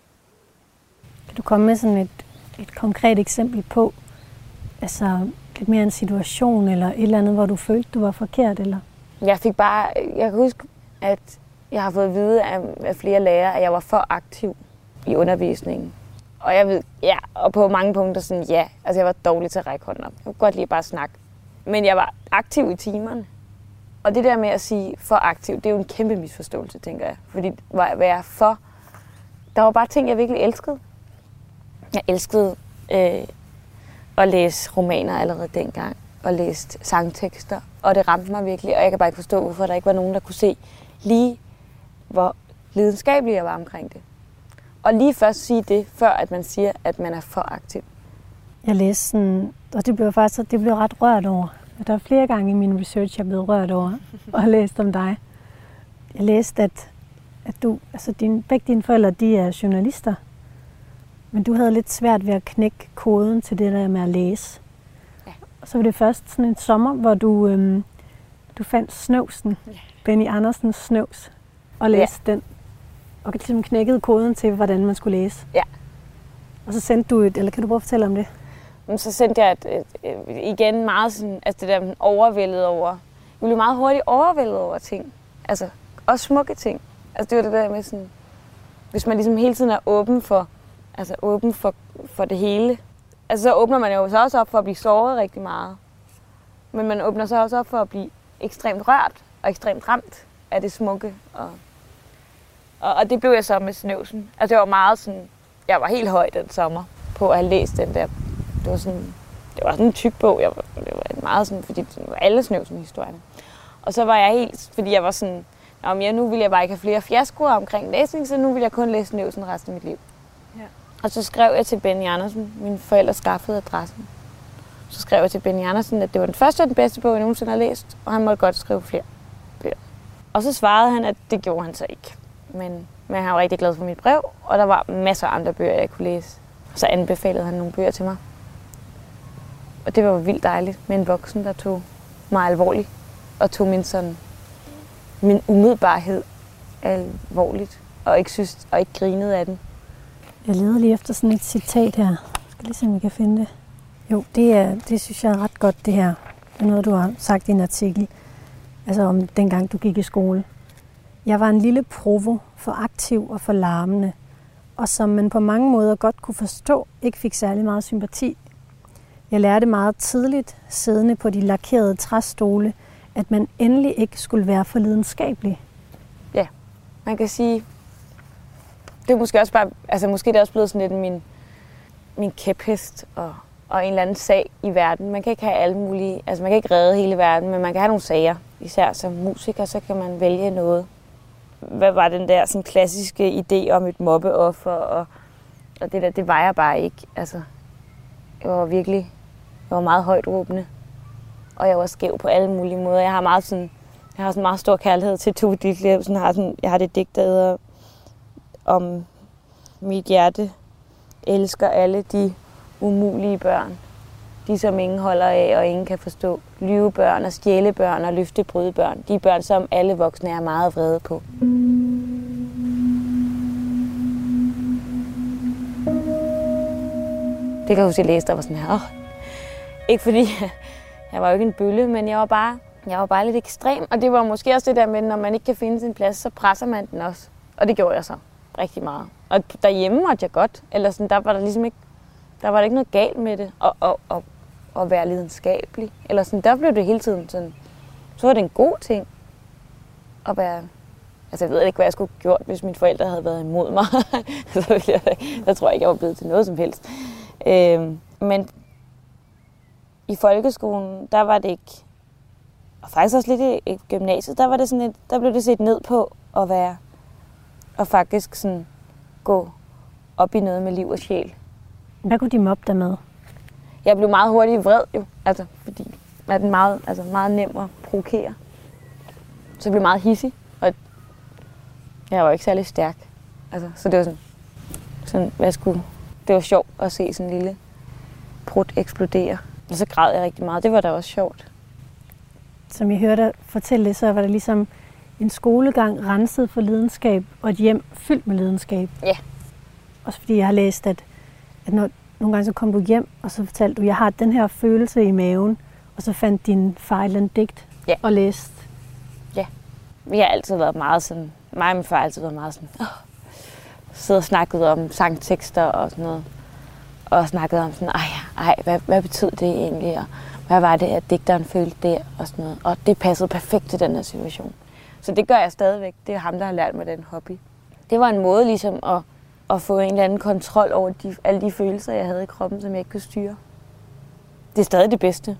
S1: Kan du komme med sådan et, et konkret eksempel på, altså lidt mere en situation eller et eller andet, hvor du følte, du var forkert, eller?
S2: Jeg fik bare, jeg kan huske, at jeg har fået at vide af, af flere lærere, at jeg var for aktiv i undervisningen. Og jeg ved, ja, og på mange punkter sådan, ja, altså jeg var dårlig til at række hånden op. Jeg kunne godt lide bare at snakke. Men jeg var aktiv i timerne. Og det der med at sige for aktiv, det er jo en kæmpe misforståelse, tænker jeg. Fordi hvad jeg er for, der var bare ting, jeg virkelig elskede. Jeg elskede øh, at læse romaner allerede dengang, og læste sangtekster, og det ramte mig virkelig. Og jeg kan bare ikke forstå, hvorfor der ikke var nogen, der kunne se lige, hvor lidenskabelig jeg var omkring det. Og lige først sige det, før at man siger, at man er for aktiv.
S1: Jeg læste sådan, og det blev faktisk det blev ret rørt over. Der er flere gange i min research, jeg er blevet rørt over og har læst om dig. Jeg læste, at, at du, altså din, begge dine forældre, de er journalister, men du havde lidt svært ved at knække koden til det der med at læse. Ja. Og så var det først sådan en sommer, hvor du, øhm, du fandt Snøvsen, ja. Benny Andersens Snøvs, og læste ja. den. Og ligesom knækkede koden til, hvordan man skulle læse.
S2: Ja.
S1: Og så sendte du et, eller kan du prøve at fortælle om det?
S2: Så sendte jeg et, et, et, igen meget sådan, altså det der overvældet over. Jeg blev meget hurtigt overvældet over ting. Altså også smukke ting. Altså det var det der med sådan, hvis man ligesom hele tiden er åben for, altså åben for, for det hele. Altså så åbner man jo så også op for at blive såret rigtig meget. Men man åbner så også op for at blive ekstremt rørt og ekstremt ramt af det smukke. Og, og, og det blev jeg så med Snøvsen. Altså det var meget sådan, jeg var helt høj den sommer på at have læst den der. Det var sådan, det var sådan en tyk bog. Jeg var, det var meget sådan, fordi det var alle Snøvsen-historierne. Og så var jeg helt, fordi jeg var sådan, om jeg nu ville jeg bare ikke have flere fiaskoer omkring læsning, så nu ville jeg kun læse Snøvsen resten af mit liv. Ja. Og så skrev jeg til Benny Andersen, mine forældre skaffede adressen. Så skrev jeg til Benny Andersen, at det var den første og den bedste bog, jeg nogensinde har læst, og han måtte godt skrive flere bøger. Og så svarede han, at det gjorde han så ikke. Men, men han var rigtig glad for mit brev, og der var masser af andre bøger, jeg kunne læse. Så anbefalede han nogle bøger til mig. Og det var vildt dejligt med en voksen, der tog mig alvorligt, og tog min, sådan, min umiddelbarhed alvorligt, og ikke, synes, og ikke grinede af den.
S1: Jeg leder lige efter sådan et citat her. Jeg skal lige se, om vi kan finde det. Jo, det, er, det synes jeg er ret godt, det her. Det er noget, du har sagt i en artikel. Altså om dengang, du gik i skole. Jeg var en lille provo, for aktiv og for larmende, og som man på mange måder godt kunne forstå, ikke fik særlig meget sympati. Jeg lærte meget tidligt, siddende på de lakerede træstole, at man endelig ikke skulle være for lidenskabelig.
S2: Ja, man kan sige, det er måske også bare, altså måske det er også blevet sådan lidt min, min kæphest og, og en eller anden sag i verden. Man kan ikke have alle mulige, altså man kan ikke redde hele verden, men man kan have nogle sager. Især som musiker, så kan man vælge noget. Hvad var den der sådan klassiske idé om et mobbeoffer, og, og det der, det var jeg bare ikke. Altså, jeg var virkelig, jeg var meget højt råbende, og jeg var skæv på alle mulige måder. Jeg har meget sådan, jeg har sådan meget stor kærlighed til Tove Ditlevsen. Jeg har sådan, jeg har det digt, der hedder om mit hjerte elsker alle de umulige børn. De, som ingen holder af og ingen kan forstå. Lyvebørn og stjælebørn og løftebrydebørn. De børn, som alle voksne er meget vrede på. Det kan jeg huske, jeg læste, der var sådan her. Oh. Ikke fordi, jeg var jo ikke en bølle, men jeg var, bare, jeg var bare lidt ekstrem. Og det var måske også det der med, når man ikke kan finde sin plads, så presser man den også. Og det gjorde jeg så rigtig meget. Og derhjemme måtte jeg godt. Eller sådan, der var der ligesom ikke, der var der ikke noget galt med det. Og, og, og at være lidenskabelig. Eller sådan, der blev det hele tiden sådan, så var det en god ting at være, altså jeg ved ikke, hvad jeg skulle have gjort, hvis mine forældre havde været imod mig. så jeg, jeg tror ikke, jeg var blevet til noget som helst. Øhm, men i folkeskolen, der var det ikke, og faktisk også lidt i, i gymnasiet, der var det sådan et, der blev det set ned på at være, og faktisk sådan gå op i noget med liv og sjæl.
S1: Hvad kunne de mobbe dig med?
S2: Jeg blev meget hurtigt vred, jo, altså, fordi jeg er den meget, altså, meget nem at provokere. Så jeg blev meget hissig, og jeg var ikke særlig stærk. Altså, så det var sådan, sådan hvad skulle, det var sjovt at se sådan en lille prut eksplodere. Og så græd jeg rigtig meget, det var da også sjovt.
S1: Som jeg hørte dig fortælle det, så var det ligesom en skolegang renset for lidenskab, og et hjem fyldt med lidenskab.
S2: Ja.
S1: Også fordi jeg har læst, at, at når, nogle gange så kom du hjem, og så fortalte du, jeg har den her følelse i maven, og så fandt din far et digt
S2: ja.
S1: og læste.
S2: Ja. Vi har altid været meget sådan, mig og min far har altid været meget sådan, åh, siddet og snakket om sangtekster og sådan noget. Og snakket om sådan, ej, ej hvad, hvad betød det egentlig, og hvad var det, at digteren følte der, og sådan noget. Og det passede perfekt til den her situation. Så det gør jeg stadigvæk. Det er ham, der har lært mig den hobby. Det var en måde ligesom at, at få en eller anden kontrol over de, alle de følelser, jeg havde i kroppen, som jeg ikke kunne styre. Det er stadig det bedste.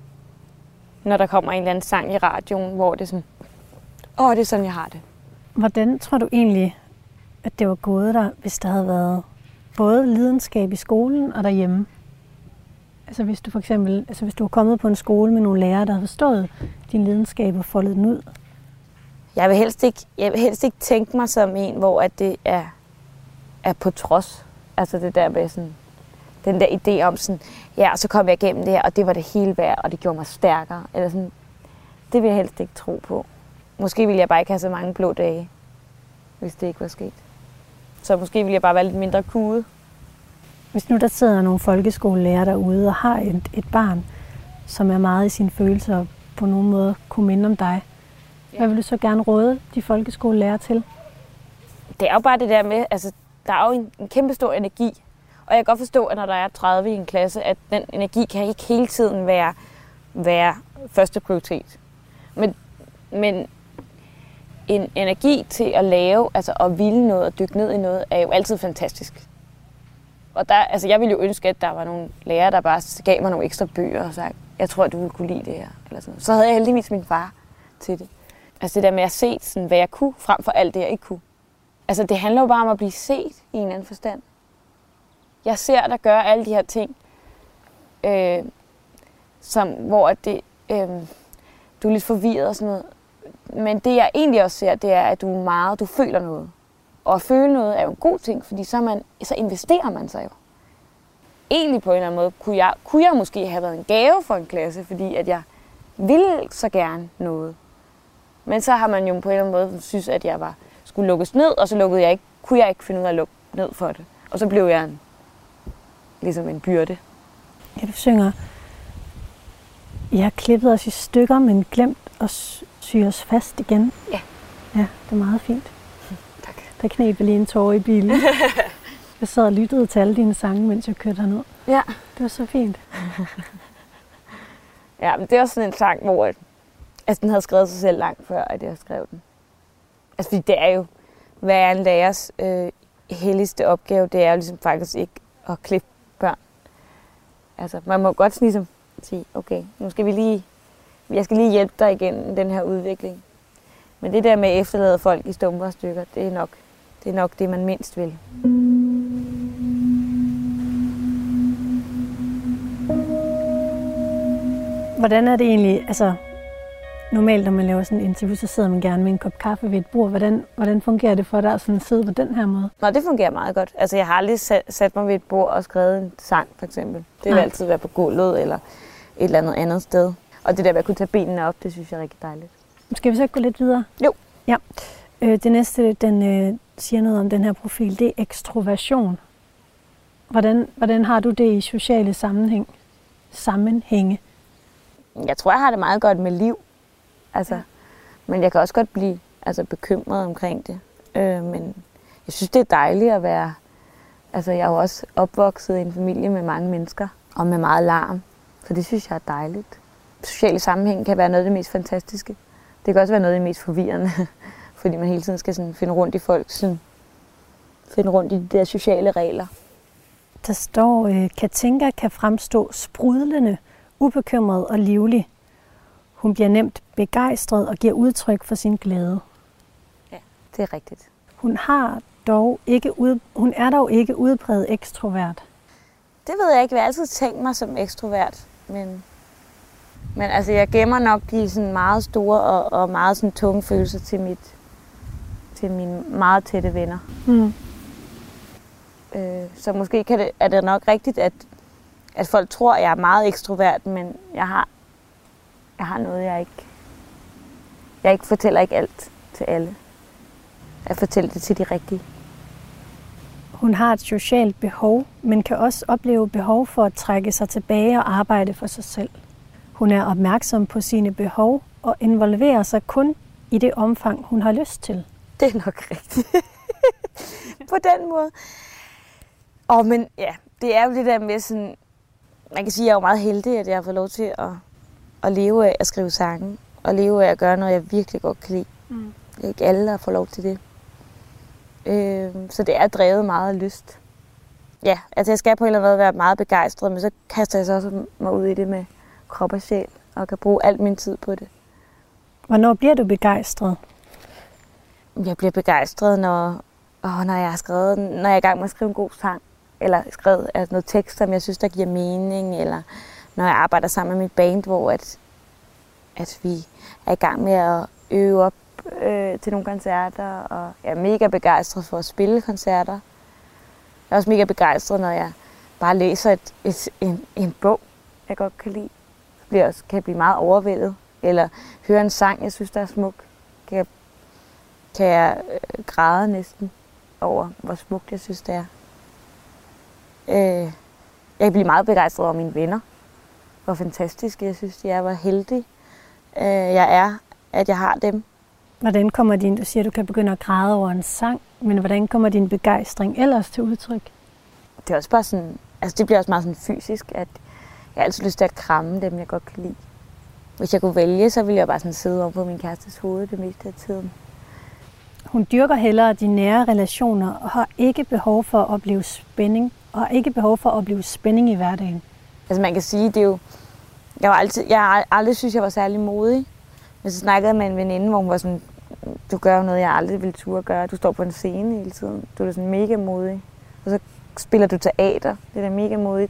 S2: Når der kommer en eller anden sang i radioen, hvor det er sådan, åh, det er sådan, jeg har det.
S1: Hvordan tror du egentlig, at det var gået der, hvis der havde været både lidenskab i skolen og derhjemme? Altså hvis du for eksempel, altså hvis du var kommet på en skole med nogle lærere, der havde forstået din lidenskab og foldet den ud?
S2: Jeg vil helst ikke, jeg vil helst ikke tænke mig som en, hvor at det er, er på trods. Altså det der med sådan, den der idé om sådan, ja, og så kom jeg igennem det her, og det var det hele værd, og det gjorde mig stærkere. Eller sådan, det vil jeg helst ikke tro på. Måske ville jeg bare ikke have så mange blå dage, hvis det ikke var sket. Så måske ville jeg bare være lidt mindre kude.
S1: Hvis nu der sidder nogle folkeskolelærer derude og har et, et barn, som er meget i sine følelser og på nogen måde kunne minde om dig, ja. Hvad vil du så gerne råde de folkeskolelærer til?
S2: Det er jo bare det der med, altså der er jo en, en kæmpe stor energi. Og jeg kan godt forstå, at når der er tredive i en klasse, at den energi kan ikke hele tiden være, være første prioritet. Men, men en energi til at lave, altså at ville noget og dykke ned i noget, er jo altid fantastisk. Og der, altså, jeg ville jo ønske, at der var nogle lærere, der bare gav mig nogle ekstra bøger og sagde, jeg tror, at du ville kunne lide det her. Eller sådan. Så havde jeg heldigvis min far til det. Altså det der med at se, sådan, hvad jeg kunne, frem for alt det, jeg ikke kunne. Altså det handler jo bare om at blive set i en eller anden forstand. Jeg ser dig gøre alle de her ting, øh, som, hvor det, øh, du er lidt forvirret og sådan noget. Men det jeg egentlig også ser, det er, at du er meget, du føler noget. Og at føle noget er jo en god ting, fordi så, man, så investerer man sig jo. Egentlig på en eller anden måde kunne jeg, kunne jeg måske have været en gave for en klasse, fordi at jeg ville så gerne noget. Men så har man jo på en eller anden måde synes, at jeg var, skulle lukkes ned, og så lukkede jeg ikke, kunne jeg ikke finde ud af at lukke ned for det. Og så blev jeg en, ligesom en byrde.
S1: Ja, du synger, jeg har klippet os i stykker, men glemt at sy os fast igen.
S2: Ja.
S1: Ja, det er meget fint.
S2: Tak.
S1: Der kneb lige en tårer i bilen. Jeg sad og lyttede til alle dine sange, mens jeg kørte herned.
S2: Ja.
S1: Det var så fint.
S2: Ja, men det er også sådan en sang, hvor altså, den havde skrevet sig selv langt før, at jeg skrev den. Altså, fordi det er jo, hvad er en lærers øh, helligste opgave, det er jo ligesom faktisk ikke at klippe børn. Altså, man må godt sådan ligesom sige, okay, nu skal vi lige, jeg skal lige hjælpe dig igennem den her udvikling. Men det der med at efterlade folk i stumper og stykker, det er nok det, er nok det man mindst vil.
S1: Hvordan er det egentlig, altså normalt når man laver sådan et interview, så sidder man gerne med en kop kaffe ved et bord. Hvordan, hvordan fungerer det for dig at sådan sidde på den her måde?
S2: Nå, det fungerer meget godt. Altså jeg har aldrig sat, sat mig ved et bord og skrevet en sang, for eksempel. Det vil altid være på gulvet eller et eller andet andet sted. Og det der med at kunne tage benene op, det synes jeg er rigtig dejligt.
S1: Skal vi så gå lidt videre?
S2: Jo.
S1: Ja. Øh, det næste, den øh, siger noget om den her profil, det er ekstroversion. Hvordan, hvordan har du det i sociale sammenhæng? sammenhænge?
S2: Jeg tror, jeg har det meget godt med liv. Altså, ja. Men jeg kan også godt blive altså, bekymret omkring det. Øh, men jeg synes, det er dejligt at være... Altså, jeg er jo også opvokset i en familie med mange mennesker og med meget larm. Så det synes jeg er dejligt. Sociale sammenhæng kan være noget af det mest fantastiske. Det kan også være noget af det mest forvirrende. Fordi man hele tiden skal sådan finde rundt i folk. Sådan, finde rundt i de der sociale regler.
S1: Der står, øh, Katinka kan fremstå sprudlende, ubekymret og livlig. Hun bliver nemt begejstret og giver udtryk for sin glæde.
S2: Ja, det er rigtigt.
S1: Hun, har dog ikke ud, hun er dog ikke udpræget ekstrovert.
S2: Det ved jeg ikke. Jeg har altid tænkt mig som ekstrovert. Men, men altså, jeg gemmer nok de sådan meget store og, og meget sådan tunge følelser til, mit, til mine meget tætte venner.
S1: Mm.
S2: Øh, så måske kan det, er det nok rigtigt, at, at folk tror, at jeg er meget ekstrovert, men jeg har, jeg har noget, jeg ikke... Jeg ikke fortæller ikke alt til alle. Jeg fortæller det til de rigtige.
S1: Hun har et socialt behov, men kan også opleve behov for at trække sig tilbage og arbejde for sig selv. Hun er opmærksom på sine behov og involverer sig kun i det omfang, hun har lyst til.
S2: Det er nok rigtigt. På den måde. Åh, oh, men ja, det er jo det der med sådan... Man kan sige, at jeg er jo meget heldig, at jeg har fået lov til at, at leve af at skrive sange. Og leve af at gøre noget, jeg virkelig godt kan lide. Mm. Det er ikke alle, der får lov til det. Øh, så det er drevet meget af lyst. Ja, altså jeg skal på en eller anden måde være meget begejstret, men så kaster jeg så også mig ud i det med krop og sjæl, og kan bruge al min tid på det.
S1: Hvornår bliver du begejstret?
S2: Jeg bliver begejstret, når, åh, når jeg har skrevet, når jeg er i gang med at skrive en god sang, eller skrevet altså noget tekst, som jeg synes, der giver mening, eller når jeg arbejder sammen med mit band, hvor at, at vi er i gang med at øve op øh, til nogle koncerter, og jeg er mega begejstret for at spille koncerter. Jeg er også mega begejstret, når jeg bare læser et, et, en, en bog, jeg godt kan lide. Så bliver jeg også, kan jeg blive meget overvældet. Eller høre en sang, jeg synes, der er smuk. Kan jeg, kan jeg øh, græde næsten over, hvor smukt jeg synes, det er. Øh, jeg kan blive meget begejstret over mine venner. Hvor fantastiske jeg synes, de er. Hvor heldig øh, jeg er, at jeg har dem.
S1: Hvordan kommer din, du siger, du kan begynde at græde over en sang, men hvordan kommer din begejstring ellers til udtryk?
S2: Det er også bare sådan, altså det bliver også meget sådan fysisk, at jeg har altid lyst til at kramme dem, jeg godt kan lide. Hvis jeg kunne vælge, så ville jeg bare sådan sidde over på min kærestes hoved det meste af tiden.
S1: Hun dyrker hellere de nære relationer og har ikke behov for at opleve spænding og ikke behov for at opleve spænding i hverdagen.
S2: Altså man kan sige, det er jo... Jeg har altid, jeg har aldrig synes, jeg var særlig modig. Men så snakkede jeg med en veninde, hvor hun var sådan, du gør noget, jeg aldrig ville turde gøre. Du står på en scene hele tiden. Du er sådan mega modig. Og så spiller du teater. Det er da mega modigt.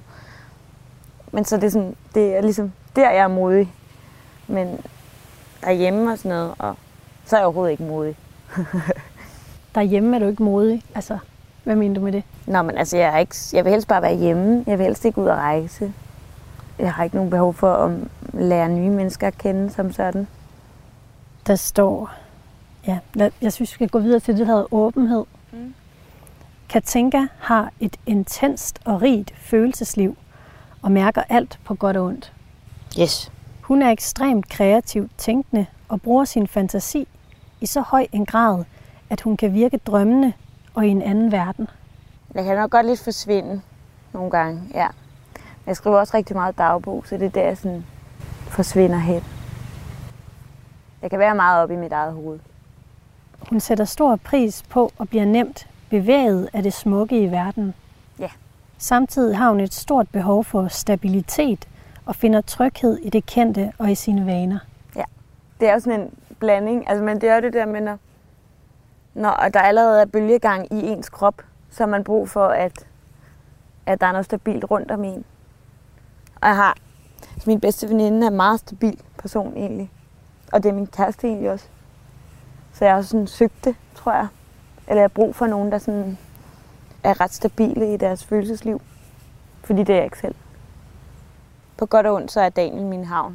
S2: Men så det er sådan, det er ligesom, der jeg er modig. Men derhjemme og sådan noget, og så er jeg overhovedet ikke modig.
S1: Derhjemme er du ikke modig? Altså, hvad mener du med det?
S2: Nå, men altså, jeg, er ikke, jeg vil helst bare være hjemme. Jeg vil helst ikke ud og rejse. Jeg har ikke nogen behov for at lære nye mennesker at kende som sådan.
S1: Der står, ja, jeg synes, vi skal gå videre til det, der hedder åbenhed. Mm. Katinka har et intenst og rigt følelsesliv og mærker alt på godt og ondt.
S2: Yes.
S1: Hun er ekstremt kreativt tænkende og bruger sin fantasi i så høj en grad, at hun kan virke drømmende og i en anden verden.
S2: Jeg kan nok godt lidt forsvinde nogle gange, ja. Jeg skriver også rigtig meget dagbog, så det er der, jeg sådan forsvinder hen. Jeg kan være meget oppe i mit eget hoved.
S1: Hun sætter stor pris på og bliver nemt bevæget af det smukke i verden.
S2: Ja.
S1: Samtidig har hun et stort behov for stabilitet og finder tryghed i det kendte og i sine vaner.
S2: Ja, det er jo sådan en blanding. Altså, men det er jo det der med, når, når der allerede er bølgegang i ens krop, så har man brug for, at, at der er noget stabilt rundt om en. Og jeg har, min bedste veninde er en meget stabil person egentlig. Og det er min kæreste egentlig også. Så jeg har også sådan søgt det, tror jeg. Eller jeg har brug for nogen, der sådan er ret stabile i deres følelsesliv. Fordi det er jeg ikke selv. På godt og ondt, så er Daniel min havn.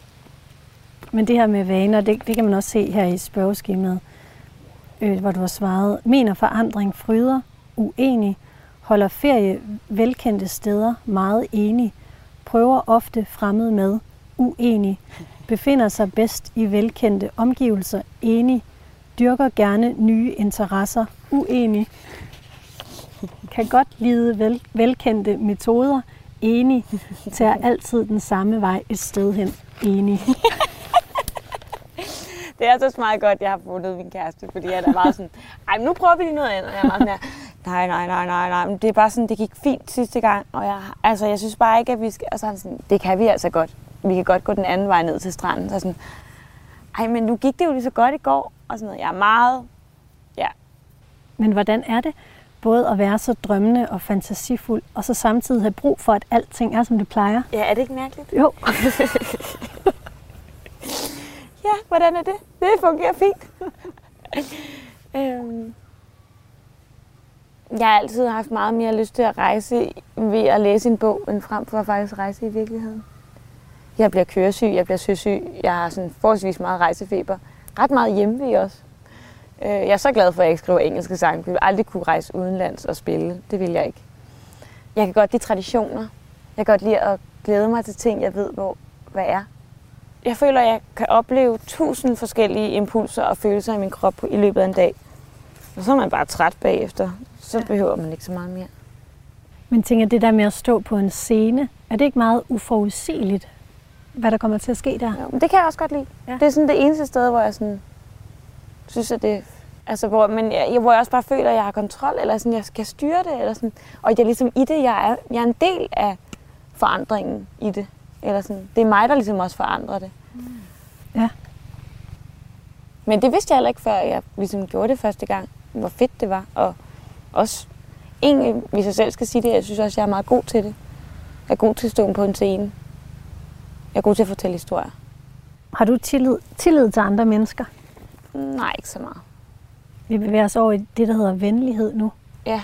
S1: Men det her med vaner, det, det kan man også se her i spørgeskemaet, øh, hvor du har svaret, mener forandring fryder, uenig, holder ferie velkendte steder, meget enig, prøver ofte fremmed med, uenig, befinder sig bedst i velkendte omgivelser, enig, dyrker gerne nye interesser, uenig, kan godt lide vel, velkendte metoder, enig, tager altid den samme vej et sted hen, enig.
S2: Det er så meget godt, jeg har fundet min kæreste, fordi jeg er meget sådan, ej, nu prøver vi lige noget andet. Jeg er meget sådan her, nej, nej, nej, nej, nej, men det er bare sådan, det gik fint sidste gang, og jeg, altså, jeg synes bare ikke, at vi skal, og så er han sådan, det kan vi altså godt. Vi kan godt gå den anden vej ned til stranden. Så sådan, ej, men nu gik det jo lige så godt i går, og sådan noget. Jeg er meget, ja.
S1: Men hvordan er det både at være så drømmende og fantasifuld, og så samtidig have brug for, at alting er, som det plejer?
S2: Ja, er det ikke mærkeligt?
S1: Jo.
S2: Ja, hvordan er det? Det fungerer fint. øhm. Jeg har altid haft meget mere lyst til at rejse ved at læse en bog, end frem for at faktisk rejse i virkeligheden. Jeg bliver køresyg, jeg bliver søsyg, jeg har sådan forholdsvis meget rejsefeber. Ret meget hjemme også. Jeg er så glad for, at jeg ikke skriver engelske sange. Jeg ville aldrig kunne rejse udenlands og spille. Det vil jeg ikke. Jeg kan godt lide traditioner. Jeg kan godt lide at glæde mig til ting, jeg ved, hvor, hvad er. Jeg føler, at jeg kan opleve tusind forskellige impulser og følelser i min krop i løbet af en dag. Og så er man bare træt bagefter. Så behøver man ikke så meget mere.
S1: Men tænker, det der med at stå på en scene, er det ikke meget uforudsigeligt, hvad der kommer til at ske der?
S2: Ja, men det kan jeg også godt lide. Ja. Det er sådan det eneste sted, hvor jeg sådan, synes, at det... Altså, hvor, men jeg, hvor jeg også bare føler, at jeg har kontrol, eller sådan, jeg skal styre det, eller sådan. Og jeg er ligesom i det, jeg er, jeg er en del af forandringen i det. Eller sådan, det er mig, der ligesom også forandrer det.
S1: Mm. Ja.
S2: Men det vidste jeg heller ikke, før jeg ligesom gjorde det første gang, hvor fedt det var. Og også, egentlig, hvis jeg selv skal sige det, jeg synes også, jeg er meget god til det. Jeg er god til at stå på en scene. Jeg er god til at fortælle historier.
S1: Har du tillid, tillid til andre mennesker?
S2: Nej, ikke så meget.
S1: Vi bevæger os over i det, der hedder venlighed nu.
S2: Ja.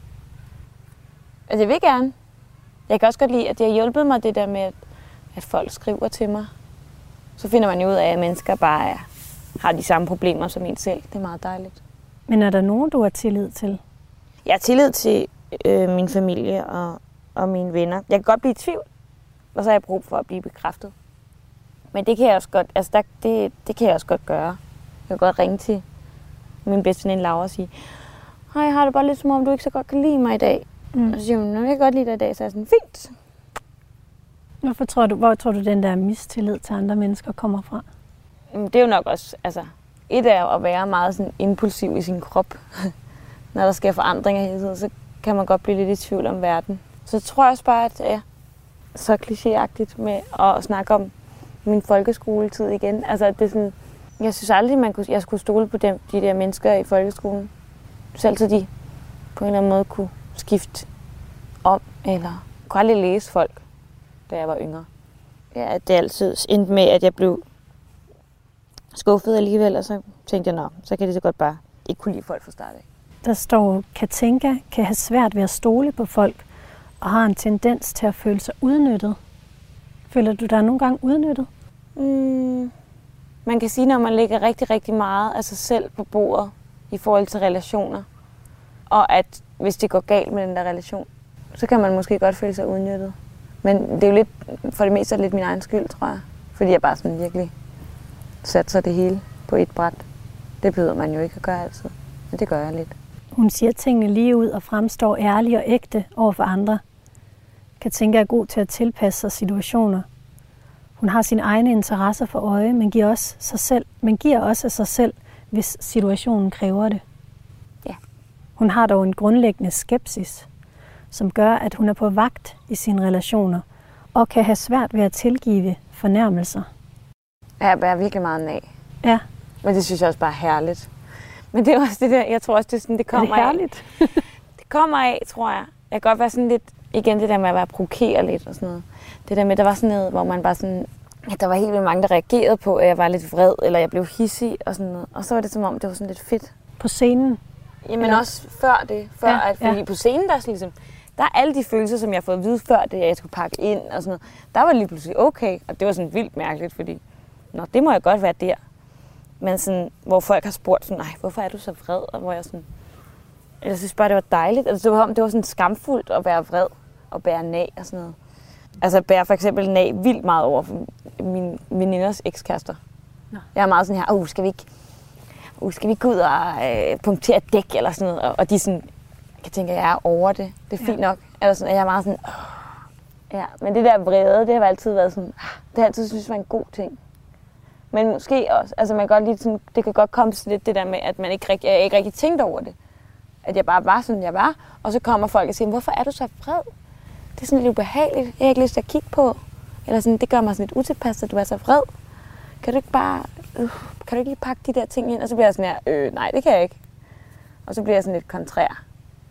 S2: Altså, jeg vil gerne. Jeg kan også godt lide, at det har hjulpet mig, det der med, at, at folk skriver til mig. Så finder man jo ud af, at mennesker bare er, har de samme problemer som en selv. Det er meget dejligt.
S1: Men er der nogen, du har tillid til?
S2: Jeg har tillid til øh, min familie og, og mine venner. Jeg kan godt blive i tvivl, og så har jeg brug for at blive bekræftet. Men det kan jeg også godt, altså der, det, det kan jeg også godt gøre. Jeg kan godt ringe til min bedste veninde Laura og sige, hej, jeg har det bare lidt som om, du ikke så godt kan lide mig i dag. Mm. Og så siger hun, jeg kan godt lide dig i dag, så er jeg sådan, fint.
S1: Hvorfor tror du, hvor tror du, den der mistillid til andre mennesker kommer fra?
S2: Det er jo nok også, altså, et er at være meget sådan impulsiv i sin krop. Når der sker forandringer hele tiden, så kan man godt blive lidt i tvivl om verden. Så tror jeg også bare, at ja, så klichéagtigt med at snakke om min folkeskoletid igen. Altså, det er sådan, jeg synes aldrig, man kunne, jeg skulle stole på dem, de der mennesker i folkeskolen. Selv så de på en eller anden måde kunne skifte om, eller kunne aldrig læse folk, da jeg var yngre. Ja, det er altid endte med, at jeg blev skuffet alligevel, og så tænkte jeg, nå, så kan det så godt bare ikke kunne lide folk fra start af.
S1: Der står, Katinka kan have svært ved at stole på folk, og har en tendens til at føle sig udnyttet. Føler du dig nogle gange udnyttet?
S2: Mm, man kan sige, når man lægger rigtig, rigtig meget af sig selv på bordet i forhold til relationer, og at hvis det går galt med den der relation, så kan man måske godt føle sig udnyttet. Men det er jo lidt, for det meste er det lidt min egen skyld, tror jeg. Fordi jeg bare sådan virkelig satser det hele på et bræt. Det behøver man jo ikke at gøre altid, men det gør jeg lidt.
S1: Hun siger tingene lige ud og fremstår ærlig og ægte over for andre. Katinka er god til at tilpasse sig situationer. Hun har sine egne interesser for øje, men giver også sig selv, men giver også af sig selv, hvis situationen kræver det.
S2: Ja.
S1: Hun har dog en grundlæggende skepsis, som gør, at hun er på vagt i sine relationer og kan have svært ved at tilgive fornærmelser.
S2: Jeg bærer virkelig meget af.
S1: Ja.
S2: Men det synes jeg også bare er herligt. Men det er også det der, jeg tror også, det er sådan, det kommer
S1: er det herligt?
S2: af. Det kommer af, tror jeg. Jeg kan godt være sådan lidt, igen det der med at være provokeret lidt og sådan noget. Det der med, der var sådan noget, hvor man bare sådan, ja, der var helt vildt mange, der reagerede på, at jeg var lidt vred, eller jeg blev hissig og sådan noget. Og så var det som om, det var sådan lidt fedt.
S1: På scenen?
S2: Jamen eller? Også før det. Før
S1: ja,
S2: at, fordi ja. På scenen, der er sådan ligesom, der er alle de følelser, som jeg har fået at vide før det, at jeg skulle pakke ind og sådan noget. Der var det lige pludselig okay, og det var sådan vildt mærkeligt, fordi, nå, det må jeg godt være der. Men sådan, hvor folk har spurgt sådan, nej, hvorfor er du så vred? Og hvor jeg sådan, jeg synes bare, det var dejligt. Altså, det var, det var sådan skamfuldt at være vred og bære nag og sådan noget. Altså, jeg bærer for eksempel nag vildt meget over for mine veninders ekskærester. Nå. Jeg er meget sådan her, uh, skal vi ikke, uh, skal vi ikke gå ud og øh, punktere dæk eller sådan noget? Og, og de sådan, jeg kan tænke, at jeg er over det. Det er fint ja. Nok. Eller sådan, at jeg er meget sådan, uh. Ja, men det der vrede, det har altid været sådan, det har altid synes var en god ting. Men måske også, altså man kan godt lide sådan, det kan godt komme sådan lidt det der med, at man ikke rigtig, jeg ikke rigtig tænkte over det. At jeg bare var sådan, jeg var. Og så kommer folk og siger, hvorfor er du så vred? Det er sådan lidt ubehageligt. Jeg har ikke lyst til at kigge på. Eller sådan, det gør mig sådan lidt utilpasset, at du er så vred. Kan du ikke bare, øh, kan du ikke lige pakke de der ting ind? Og så bliver jeg sådan her, øh, nej, det kan jeg ikke. Og så bliver jeg sådan lidt kontrær.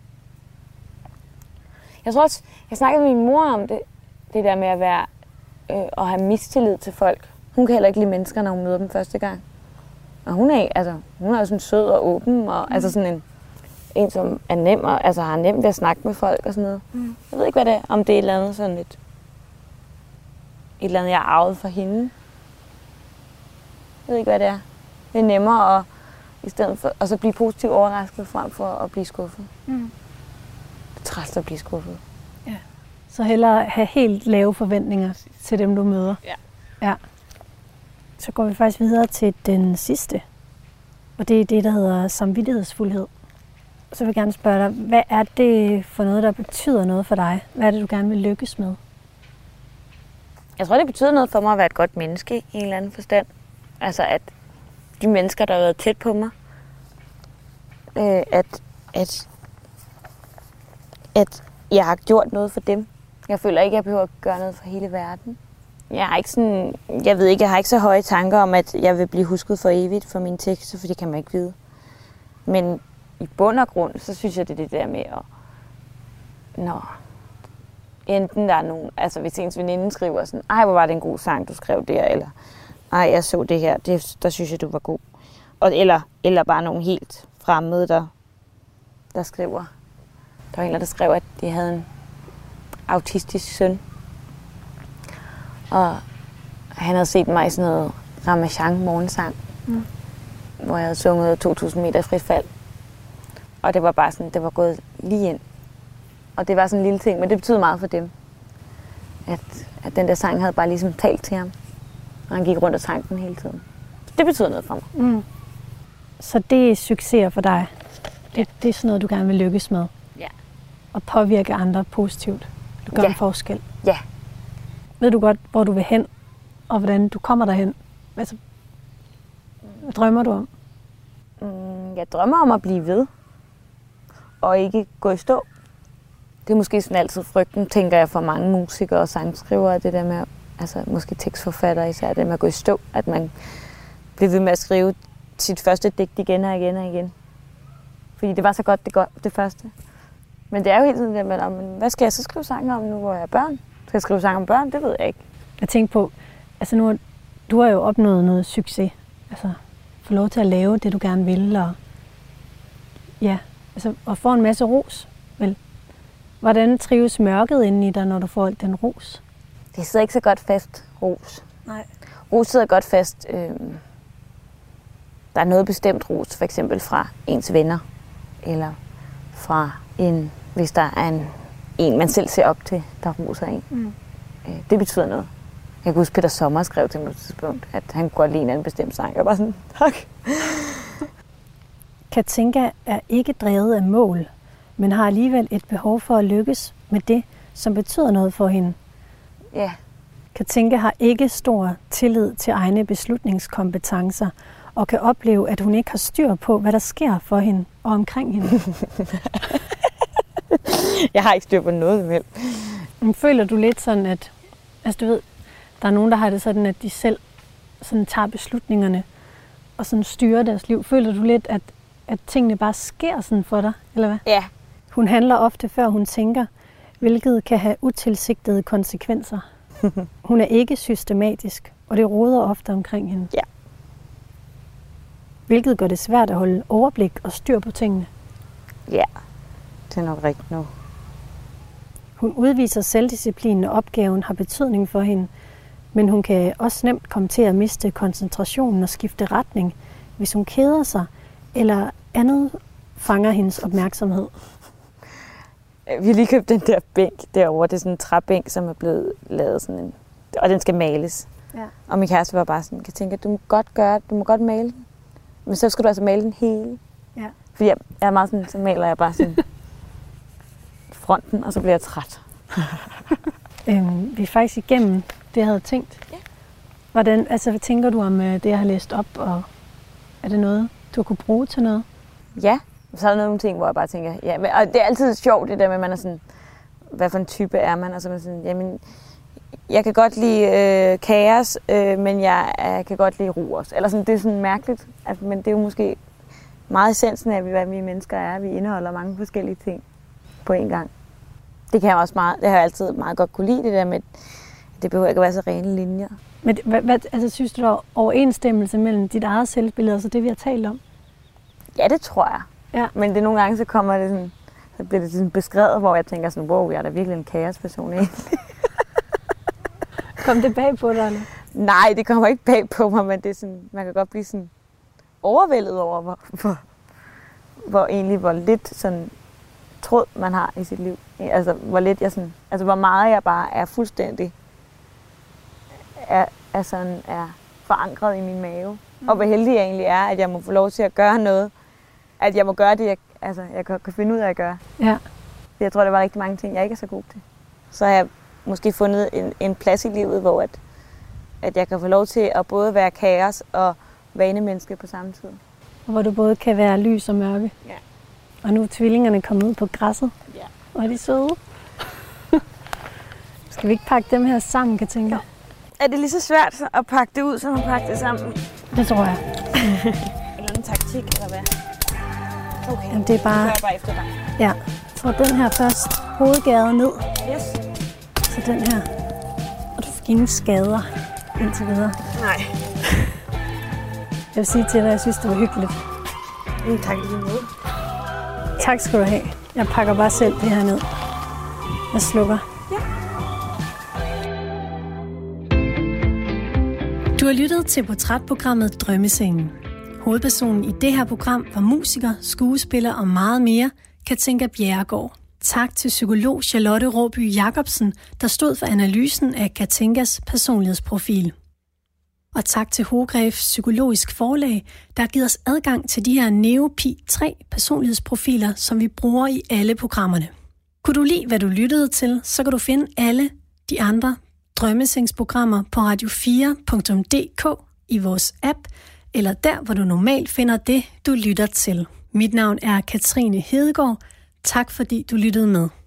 S2: Jeg tror også, jeg snakkede med min mor om det, det der med at være, øh, at have mistillid til folk. Hun kan heller ikke lide mennesker, når hun møder dem første gang. Og hun er, altså, hun er jo sådan sød og åben, og mm. altså sådan en, en, som er nem, og altså har nemt ved at snakke med folk og sådan noget. Mm. Jeg ved ikke, hvad det er, om det er et eller andet sådan lidt, et eller andet, jeg har arvet fra hende. Jeg ved ikke, hvad det er. Det er nemmere at, i stedet for, og så blive positivt overrasket frem for at blive skuffet. Mm. Det er træls at blive skuffet.
S1: Ja. Så hellere have helt lave forventninger til dem, du møder.
S2: Ja.
S1: Ja. Så går vi faktisk videre til den sidste. Og det er det, der hedder samvittighedsfuldhed. Så vil jeg gerne spørge dig, hvad er det for noget, der betyder noget for dig? Hvad er det, du gerne vil lykkes med?
S2: Jeg tror, det betyder noget for mig at være et godt menneske i en eller anden forstand. Altså, at de mennesker, der har været tæt på mig, øh, at, at, at jeg har gjort noget for dem. Jeg føler ikke, at jeg behøver at gøre noget for hele verden. Jeg har ikke sådan, jeg ved ikke, jeg har ikke så høje tanker om, at jeg vil blive husket for evigt for mine tekster, for det kan man ikke vide. Men i bund og grund, så synes jeg, det er det der med at, når enten der er nogen, altså hvis ens veninde skriver sådan, ej, hvor var det en god sang, du skrev der, eller ej, jeg så det her, det, der synes jeg, du var god. Og, eller, eller bare nogen helt fremmede, der, der skriver. Der var en, der skrev, at de havde en autistisk søn. Og han havde set mig i sådan noget Ramachan morgensang, mm. hvor jeg havde sunget to tusind meter frit fald. Og det var bare sådan, det var gået lige ind. Og det var sådan en lille ting, men det betød meget for dem. At, at den der sang havde bare ligesom talt til ham. Og han gik rundt og sang den hele tiden. Det betyder noget for mig.
S1: Mm. Så det er succeser for dig? Det, det er sådan noget, du gerne vil lykkes med?
S2: Ja.
S1: Og påvirke andre positivt? Du gør
S2: ja.
S1: en forskel?
S2: Ja.
S1: Ved du godt, hvor du vil hen? Og hvordan du kommer derhen? Altså, hvad drømmer du om?
S2: Mm, jeg drømmer om at blive ved. Og ikke gå i stå. det er måske sådan altid frygten, tænker jeg, for mange musikere og sangskrivere, det der med, altså måske tekstforfattere især, det med at gå i stå, at man bliver ved med at skrive sit første digt igen og igen og igen. Fordi det var så godt det, godt, det første. Men det er jo helt sådan, at man, hvad skal jeg så skrive sange om nu, hvor jeg er børn? Skal jeg skrive sange om børn? Det ved jeg ikke.
S1: Jeg tænker på, altså nu, du har jo opnået noget succes. Altså, få lov til at lave det, du gerne vil, og ja, altså, og få en masse ros, vel? Hvordan trives mørket inde i dig, når du får alt den ros?
S2: Det sidder ikke så godt fast, ros.
S1: Nej.
S2: Ros sidder godt fast. Øh, der er noget bestemt ros, for eksempel fra ens venner, eller fra en, hvis der er en, en man selv ser op til, der roser en. Mm. Øh, det betyder noget. Jeg kan huske, Peter Sommer skrev til mig på et tidspunkt, at han kunne godt lide en anden bestemt sang. Jeg var sådan, tak.
S1: Katinka er ikke drevet af mål, men har alligevel et behov for at lykkes med det, som betyder noget for hende.
S2: Ja. Yeah.
S1: Katinka har ikke stor tillid til egne beslutningskompetencer, og kan opleve, at hun ikke har styr på, hvad der sker for hende og omkring hende.
S2: Jeg har ikke styr på noget med.
S1: Men føler du lidt sådan, at altså du ved, der er nogen, der har det sådan, at de selv sådan tager beslutningerne og sådan styrer deres liv. Føler du lidt, at, at tingene bare sker sådan for dig, eller hvad?
S2: Ja.
S1: Hun handler ofte, før hun tænker, hvilket kan have utilsigtede konsekvenser. Hun er ikke systematisk, og det roder ofte omkring hende.
S2: Ja.
S1: Hvilket gør det svært at holde overblik og styr på tingene.
S2: Ja, det er nok rigtigt nu.
S1: Hun udviser selvdisciplin, når opgaven har betydning for hende, men hun kan også nemt komme til at miste koncentrationen og skifte retning, hvis hun keder sig, eller andet fanger hendes opmærksomhed.
S2: Vi har lige købt den der bænk derovre. Det er sådan en træbænk, som er blevet lavet sådan en... Og den skal males. Ja. Og min kæreste var bare sådan, kan tænke, at du må godt gøre du må godt male den. Men så skal du altså male den hele. Ja. Fordi jeg, jeg er meget sådan, så maler jeg bare sådan fronten, og så bliver jeg træt.
S1: øhm, vi er faktisk igennem det, jeg havde tænkt. Ja. Hvordan, altså, hvad tænker du om det, jeg har læst op? Og er det noget, du kunne bruge til noget?
S2: Ja, så er der nogle ting, hvor jeg bare tænker, ja, men, og det er altid sjovt, det der med, at man er sådan, hvad for en type er man? Og så er man sådan, jamen, jeg kan godt lide øh, kaos, øh, men jeg øh, kan godt lide ro også. Eller sådan, det er sådan mærkeligt, at, men det er jo måske meget essensen af, hvad vi mennesker er. Vi indeholder mange forskellige ting på en gang. Det kan jeg også meget, det har jeg altid meget godt kunne lide, det der med, at det behøver ikke at være så rene linjer.
S1: Men hvad, hvad, altså, synes du, der er overensstemmelse mellem dit eget selvbillede og så det, vi har talt om?
S2: Ja, det tror jeg. Ja. Men det nogle gange, så kommer det sådan, så bliver det sådan beskrevet, hvor jeg tænker sådan, wow, jeg er da virkelig en kaosperson egentlig.
S1: Kom det bag på dig, eller?
S2: Nej, det kommer ikke bag på mig, men det er sådan, man kan godt blive sådan overvældet over, hvor, hvor, hvor egentlig, hvor lidt sådan tråd man har i sit liv. Altså, hvor lidt jeg sådan, altså, hvor meget jeg bare er fuldstændig er, er, sådan, er forankret i min mave. Mm. Og hvor heldig jeg egentlig er, at jeg må få lov til at gøre noget. At jeg må gøre det, jeg, altså, jeg kan, kan finde ud af at gøre. Ja. Jeg tror, der var rigtig mange ting, jeg ikke er så god til. Så har jeg måske fundet en, en plads i livet, hvor at, at jeg kan få lov til at både være kaos og vanemenneske på samme tid.
S1: Og hvor du både kan være lys og mørke. Ja. Og nu er tvillingerne kommet ud på græsset. Ja. Og er de søde? Skal vi ikke pakke dem her sammen, Katinka?
S2: Ja. Er det lige så svært at pakke det ud, som at pakke det sammen?
S1: Det tror jeg.
S2: Eller en taktik, eller hvad? Okay,
S1: jamen, det er bare...
S2: det bare efter dig.
S1: Ja, så den her først. Hovedgæret ned.
S2: Yes.
S1: Så den her. Og du fik ingen skader indtil videre.
S2: Nej.
S1: Jeg vil sige til dig, at jeg synes, det var hyggeligt.
S2: Mm, tak lige måde.
S1: Tak skal du have. Jeg pakker bare selv det her ned. Jeg slukker. Ja. Du har lyttet til portrætprogrammet Drømmesengen. Hovedpersonen i det her program var musiker, skuespiller og meget mere, Katinka Bjerregaard. Tak til psykolog Charlotte Råby Jacobsen, der stod for analysen af Katinkas personlighedsprofil. Og tak til Hogref Psykologisk Forlag, der har givet os adgang til de her Neopi tre personlighedsprofiler, som vi bruger i alle programmerne. Kunne du lide, hvad du lyttede til, så kan du finde alle de andre drømmesengsprogrammer på radio fire punktum d k i vores app, eller der, hvor du normalt finder det, du lytter til. Mit navn er Katrine Hedegaard. Tak fordi du lyttede med.